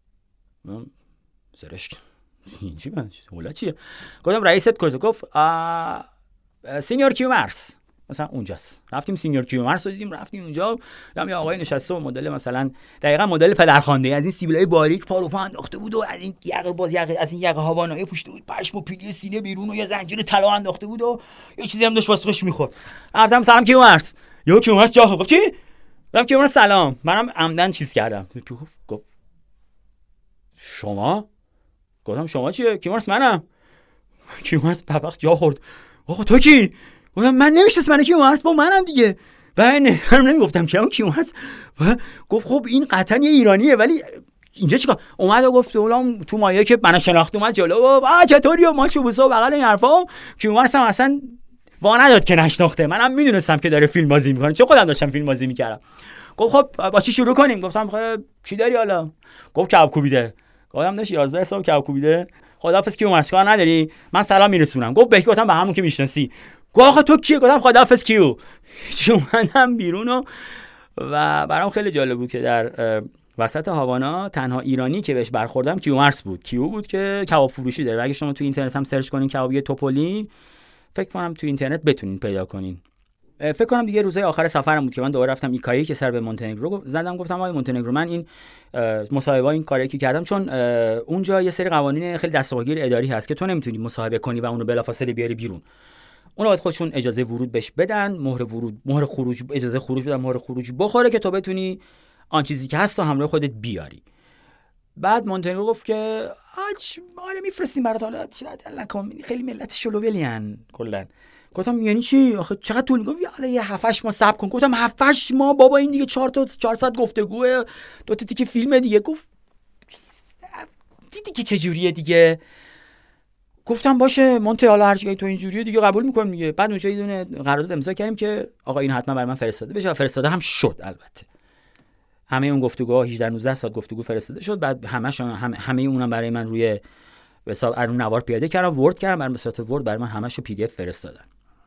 زرشک اینجی من اولا چیه؟ گفتم رئیست کجا؟ گفت سینیور کیومرس مثلا اونجاست. رفتیم سینیور کیومرس رو دیدیم، رفتیم اونجا دیدم یه آقای نشسته و مدل مثلا دقیقاً مدل پدرخوانده از این سیبیلای باریک پا رو پا انداخته بود و از این یقه باز از این یقه هاوانایی پوشیده بود، پشم و پیلی سینه بیرون و یه زنجیر طلا انداخته بود و یه چیزی هم داشت واسه خوش می‌خورد. رفتم سلام کیومرس. یهو کیومرس جا گفت چی؟ رفتم کیومرس سلام. منم عمدن چیز کردم. گفت شما؟ گفتم شما چیه؟ کیومرس منم. کیومرس بفخ جا خورد. آقا تو کی؟ گفتم من نمیشناسم، من کیومرس با منم دیگه. من نمیگفتم که اون کیومرس. گفت خب این قطعا یه ایرانیه، ولی اینجا چیکار؟ اومد و گفت اولام تو مایه که منو شناخت اومد جلو و چطوری و ما چوبوسا بغل این حرفا. کیومرس هم اصلا وا نداد که نشناخته. منم میدونستم که داره فیلم بازی میکنه چون خودم داشتم فیلم بازی میکردم. گفت خب با چی شروع کنیم؟ گفتم خب چی داری حالا؟ گفت کباب کوبیده. گفتم داش 11 صبح کباب کوبیده. خداحافظ کیومرس، کار نداری؟ من سلام میرسونم. گفت بهش گفتم به همون که میشناسی. گفت آخه تو کیه؟ گفتم خداحافظ کیو. اومدم بیرون و برام خیلی جالب بود که در وسط هاوانا تنها ایرانی که بهش برخوردم کیومرس بود. کیو بود که کباب فروشی داره. اگه شما تو اینترنت هم سرچ کنین کبابی توپولی، فکر کنم تو اینترنت بتونین پیدا کنین. فکر کنم دیگه روزهای آخر سفرم بود که من دوباره رفتم ایکایی که سر به مونتنگرو زدم. گفتم آقای مونتنگرو من این مصاحبه این کاری که کردم، چون اونجا یه سری قوانین خیلی دستگیر اداری هست که تو نمیتونی مصاحبه کنی و اونو بلافاصله بیاری بیرون. اونو باید خودشون اجازه ورود بهش بدن، مهر خروج، اجازه خروج بدن، مهر خروج بخوره که تو بتونی آن چیزی که هست تو همراه خودت بیاری. بعد مونتنگرو گفت که آره میفرستیم برات، حالا خیلی ملت شلوولین کلا. گفتم یعنی چی؟ آخه چقدر طول می‌گفت؟ حالا یه 7-8 ماه صبر کن. گفتم 7-8 ماه بابا، این دیگه 4 ساعت گفتگوه، 2 تا تیکه فیلمه دیگه. گفت دیدی که چه جوریه دیگه. گفتم باشه مونتی، حالا هر چیزی تو این جوریه دیگه قبول می‌کنم دیگه. بعد اونجا یه دونه قرارداد امضا کردیم که آقا این حتما برای من فرستاده بشه. فرستاده هم شد البته. همه اون گفتگوها 18-19 ساعت گفتگو فرستاده شد. بعد همه اونم برای من روی به حساب ارون نوار پیاده کردم، ورد کردم، برام به صورت ورد برای من همه‌شو پی دی اف فرستادن.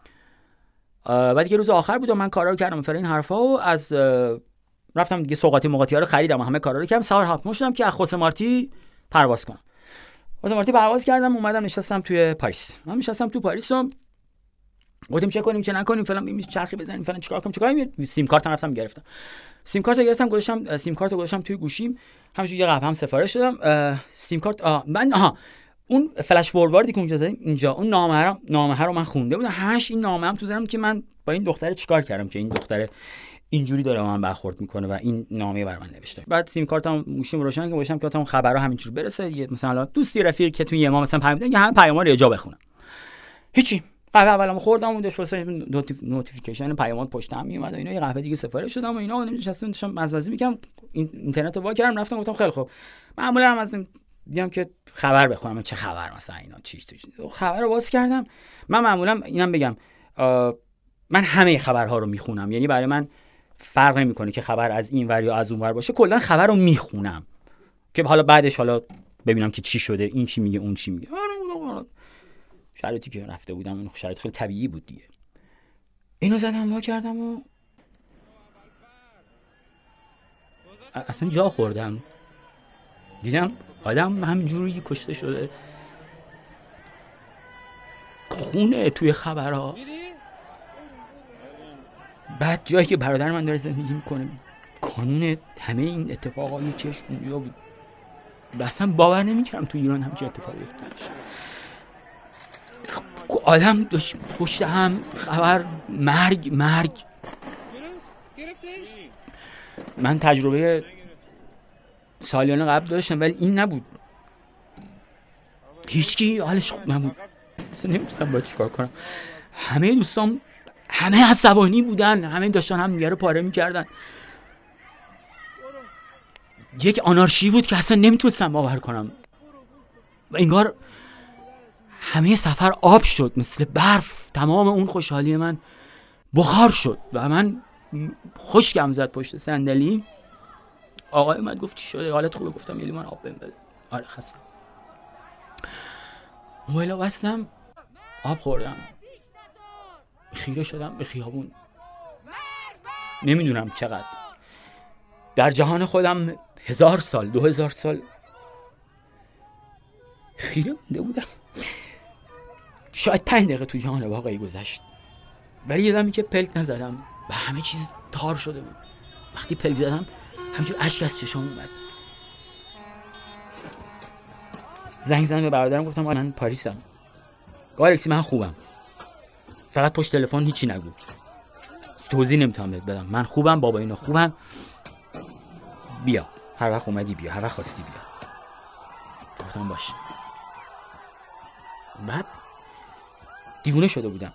بعد که روز آخر بود و من کارا رو کردم فر این حرفا و از رفتم دیگه سوغاتی رو خریدم و همه کارا رو کردم. سوار هواپیما شدم که از خوسه مارتی پرواز کنم. خوسه مارتی پرواز کردم، اومدم نشستم توی پاریس. من نشستم تو پاریس و گفتم چه کنیم چه نکنیم فلان، این چرخی بزنیم فلان، چیکار کنیم چیکار کنیم. سیم کارت هم رفتم گرفتم، سیم کارت رو گرفتم گذاشتم، سیم کارت رو گذاشتم توی گوشیم، همینجوری یه قبل هم سفارش دادم. سیم کارت من اون فلش فورواردی که اونجا زدیم اینجا، اون نامه رو من خونده بودم، همش این نامه هم تو ذهنم که من با این دختره چیکار کردم که این دختره اینجوری داره با من برخورد میکنه و این نامه بر من نوشته. بعد سیم کارتم گوشیم روشن که گوشم که خبرها همینجوری برسه، مثلا دوستی رفیقی که تو یه ما مثلا پیام میدن که همه پیاما رو اجا بخونم. هیچی، قهوه اولام خوردم اون داشت واسه نوتیفیکیشن پیامات پشتم میومد و اینا، یه قهوه دیگه سفارش شدم و اینا، نشستم داشتم مزمزی میکردم، اینترنت رو وا کردم رفتم گفتم خیلی خوب معمولا هم از دیدم که خبر بخونم چه خبر مثلا اینا چی خبر رو باز کردم. من معمولا اینم بگم من همه خبرها رو میخونم، یعنی برای من فرق نمیکنه که خبر از این ور یا از اون ور باشه، کلا خبر رو میخونم که حالا بعدش حالا ببینم که چی شده، این چی میگه اون چی میگه. شرایطی که رفته بودم این شرایط خیلی طبیعی بود دیگه. اینو زدم وا کردم و اصلا جا خوردم، دیدم آدم همینجوری کشته شده، خونه توی خبرها. بعد جایی که برادر من داره زندگی میکنه، کانون همه این اتفاقایی که اونجا بود، اصلا باور نمیکردم تو ایران همچین اتفاقی افتاده. آدم داشت پشت هم خبر مرگ. من تجربه سالیان قبل داشتم ولی این نبود، هیچکی حالش خوب نبود، اصلا نمی‌دونستم باید چیکار کنم. همه دوستان همه عصبانی بودن، همه داشتن هم دیگه رو پاره می‌کردن. یک آنارشی بود که اصلا نمیتونستم باور کنم. انگار همه سفر آب شد مثل برف، تمام اون خوشحالی من بخار شد و من خشکم زد پشت صندلی. آقای اومد گفت چی شده، حالت خوبه؟ گفتم یه لیوان آب بهم بده. آره خستم. موبایل رو بستم، آب خوردم، خیره شدم به خیابون. نمیدونم چقدر در جهان خودم 1000 سال 2000 سال خیره مونده بودم. شاید 5 دقیقه تو جهان واقعی گذشت، ولی یادم که پلک نزدم و همه چیز تار شده بود. وقتی پلک زدم همینجور اشک از چشام اومد. زنگ زدم به برادرم گفتم من پاریسم. گفت الکسی من خوبم، فقط پشت تلفن هیچی نگو، توضیح نمیتونم بهت بدم، من خوبم، بابا اینا خوبن، بیا هر وقت اومدی بیا، هر وقت خواستی بیا. گفتم باشه. بعد دیوونه شده بودم.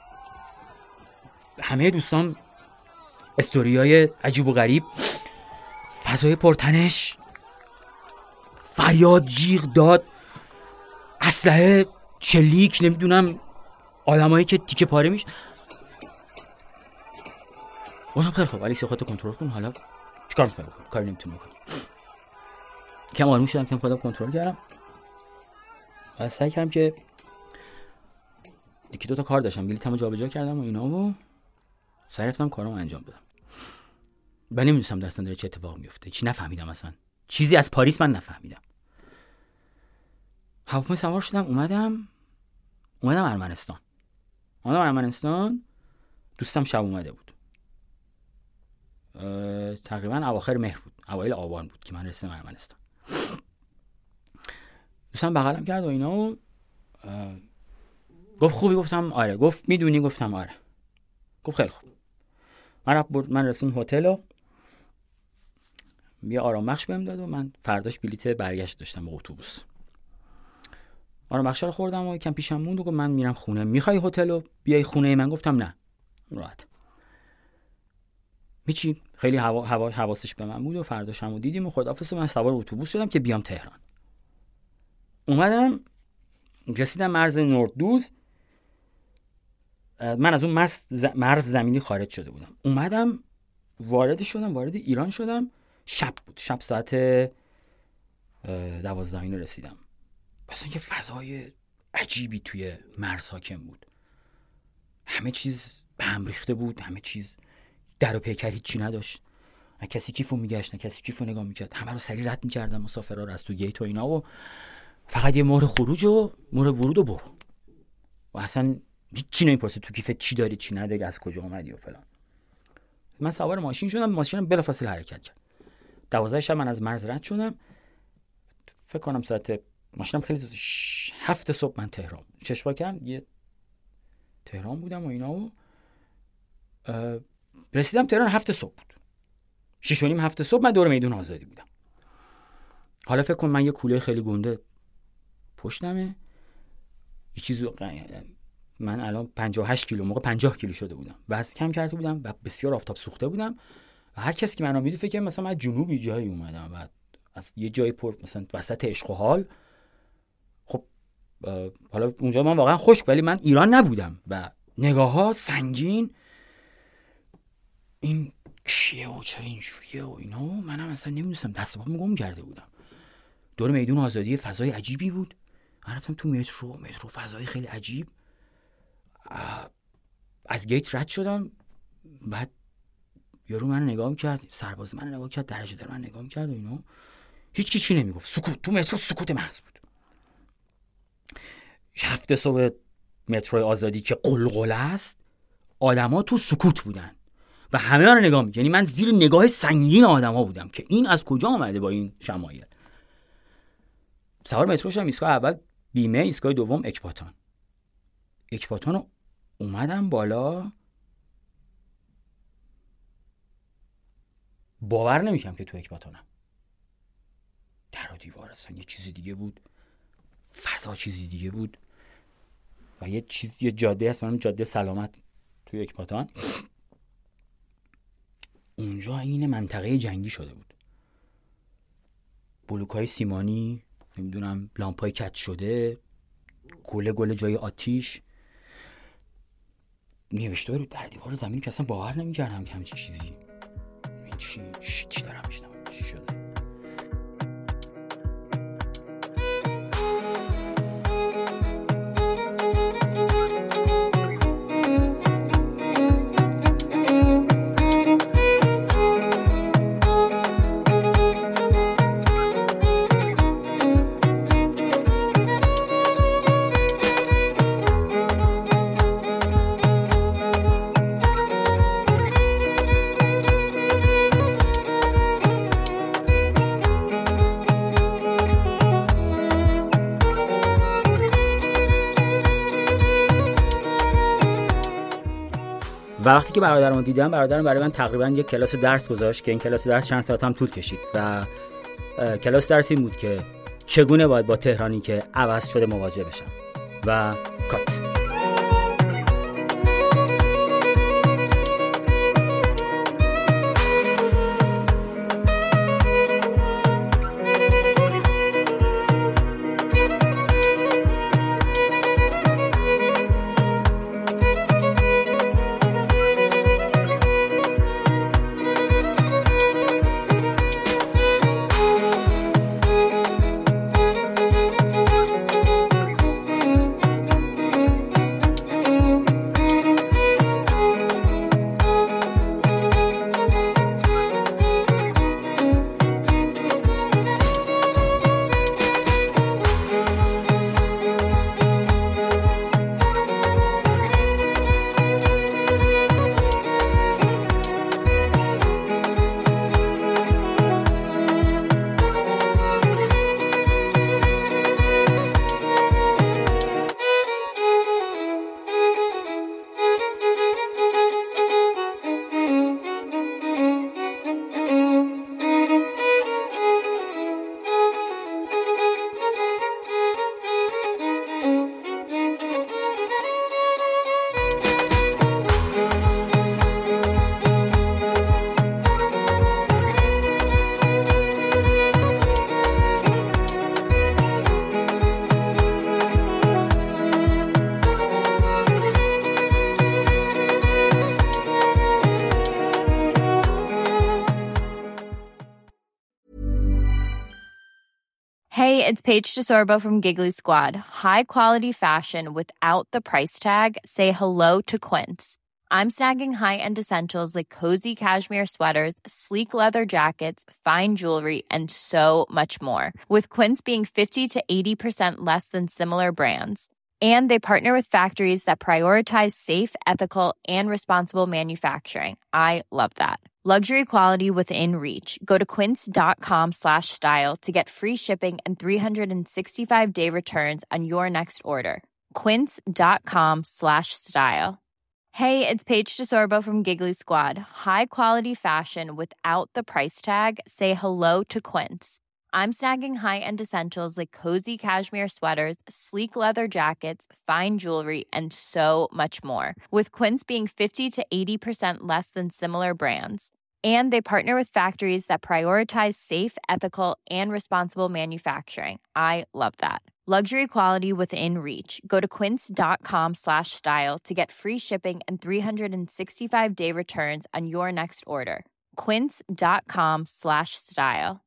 همه دوستان استوریای عجیب و غریب، فضای پرتنش، فریاد جیغ داد، اسلحه، چلیک، نمیدونم آدمایی که تیکه پاره میشه. اونم خیلی خوب الکسی خودتو کنترل کن، حالا چیکار می‌خوای بکنی؟ کاری نمیتونم بکنم. کم آروم شدم، کم خودم کنترل کردم و سعی کردم که یکی 2 تا کار داشتم، بلیطمو جابجا کردم و اینا و سعی رفتم کارامو انجام بدم. من نمی‌دونستم داستان داره چه اتفاقی میفته، چی نفهمیدم، اصلا چیزی از پاریس من نفهمیدم. هواپیما سوار شدم، اومدم ارمنستان. دوستم شب اومده بود، تقریبا اواخر مهر بود، اوایل آبان بود که من رسیدم ارمنستان. دوستم بغلم کرد و اینا و گفت خوبی؟ گفتم آره. گفت میدونی؟ گفتم آره. گفت خیلی خوب. من رسیدم هتل و یه آرام بخش بهم داد و من فرداش بلیت برگشت داشتم با اتوبوس. آرام بخش رو خوردم و یکم پیشم موند و گفت من میرم خونه، میخوای هتل رو بیای خونه من؟ گفتم نه، راحت. میچی خیلی حواسش به من بود و فرداشم رو دیدیم و خداحافظ. من سوار اتوبوس شدم که بیام تهران. اومدم رسیدم مرز نوردوز. من از اون مرز زمینی خارج شده بودم. اومدم وارد ایران شدم. شب بود، شب ساعت 12 رسیدم. مثلا که فضای عجیبی توی مرز حاکم بود. همه چیز به هم ریخته بود، همه چیز در و پیکر هیچی نداشت. نه کسی کیفو میگشت، نه کسی کیفو نگاه میکرد. همه رو سریع رد میکردن مسافرها رو از تو گیت و اینا و فقط یه مهر خروج و مهر ورود و برو. و اصلا چی نمیپرسه تو کیفت چی داری چی نداری از کجا اومدی و فلان. من سوار ماشین شدم، ماشینم بلافاصله حرکت کرد. 12 شب من از مرز رد شدم، فکر کنم ساعت ماشینم خیلی زود 7 صبح من تهران چشوا کردم، یه تهران بودم و اینا و رسیدم تهران 7 صبح بود. 6 و نیم 7 صبح من دور میدون آزادی بودم. حالا فکر کن من یه کوله خیلی گنده پشتمه، یه چیزی من الان 58 کیلو، موقع 50 کیلو شده بودم، وزن کم کرده بودم و بسیار آفتاب سوخته بودم و هر کسی که منو میدید فکر کنه مثلا من از جنوبی جایی اومدم و از یه جای پر مثلا وسط عشق و حال. خب حالا اونجا من واقعا خشک، ولی من ایران نبودم و نگاه‌ها سنگین، این کیه و چرا اینجوریه و اینا. منم اصلا نمیدونستم، دست پام گم کرده بودم. دور میدون آزادی فضای عجیبی بود. من رفتم تو مترو فضای خیلی عجیب. از گیت رد شدم، بعد یارو من نگاه می‌کرد، سرباز من نگاه کرد، درجه در من نگاه می‌کرد و اینا. هیچ کی چی نمیگفت، سکوت. تو مترو سکوت محض بود. 7 صبح مترو آزادی که قلقله است، آدما تو سکوت بودن و همه من نگاه می‌کردن. یعنی من زیر نگاه سنگین آدما بودم که این از کجا آمده با این شمایل. سوار مترو شدم، ایستگاه اول بیمه، ایستگاه دوم اکباتان رو اومدم بالا. باور نمیکنم که تو اکباتانم. در و دیوار اصلا یه چیزی دیگه بود، فضا چیزی دیگه بود و یه جاده هست، من جاده سلامت توی اکباتان. اونجا این منطقه جنگی شده بود، بلوک‌های سیمانی، نمیدونم لامپای کج شده، گله جای آتیش نوشته رو در دیوار زمین که اصلا باور نمی‌کردم که همچین چیزی. این چی دارم میشنم، چی شده؟ و وقتی که برادرمو دیدم، برادرم برای من تقریبا یک کلاس درس گذاشت که این کلاس درس چند ساعت هم طول کشید و کلاس درس این بود که چگونه باید با تهرانی که عوض شده مواجه بشم و کات. Hey, it's Paige DeSorbo from Giggly Squad. High quality fashion without the price tag. Say hello to Quince. I'm snagging high-end essentials like cozy cashmere sweaters, sleek leather jackets, fine jewelry, and so much more. With Quince being 50 to 80% less than similar brands. And they partner with factories that prioritize safe, ethical, and responsible manufacturing. I love that. Luxury quality within reach. Go to quince.com/style to get free shipping and 365-day returns on your next order. Quince.com/style. Hey, it's Paige DeSorbo from Giggly Squad. High quality fashion without the price tag. Say hello to Quince. I'm snagging high-end essentials like cozy cashmere sweaters, sleek leather jackets, fine jewelry, and so much more. With Quince being 50 to 80% less than similar brands. And they partner with factories that prioritize safe, ethical, and responsible manufacturing. I love that. Luxury quality within reach. Go to quince.com/style to get free shipping and 365-day returns on your next order. Quince.com/style.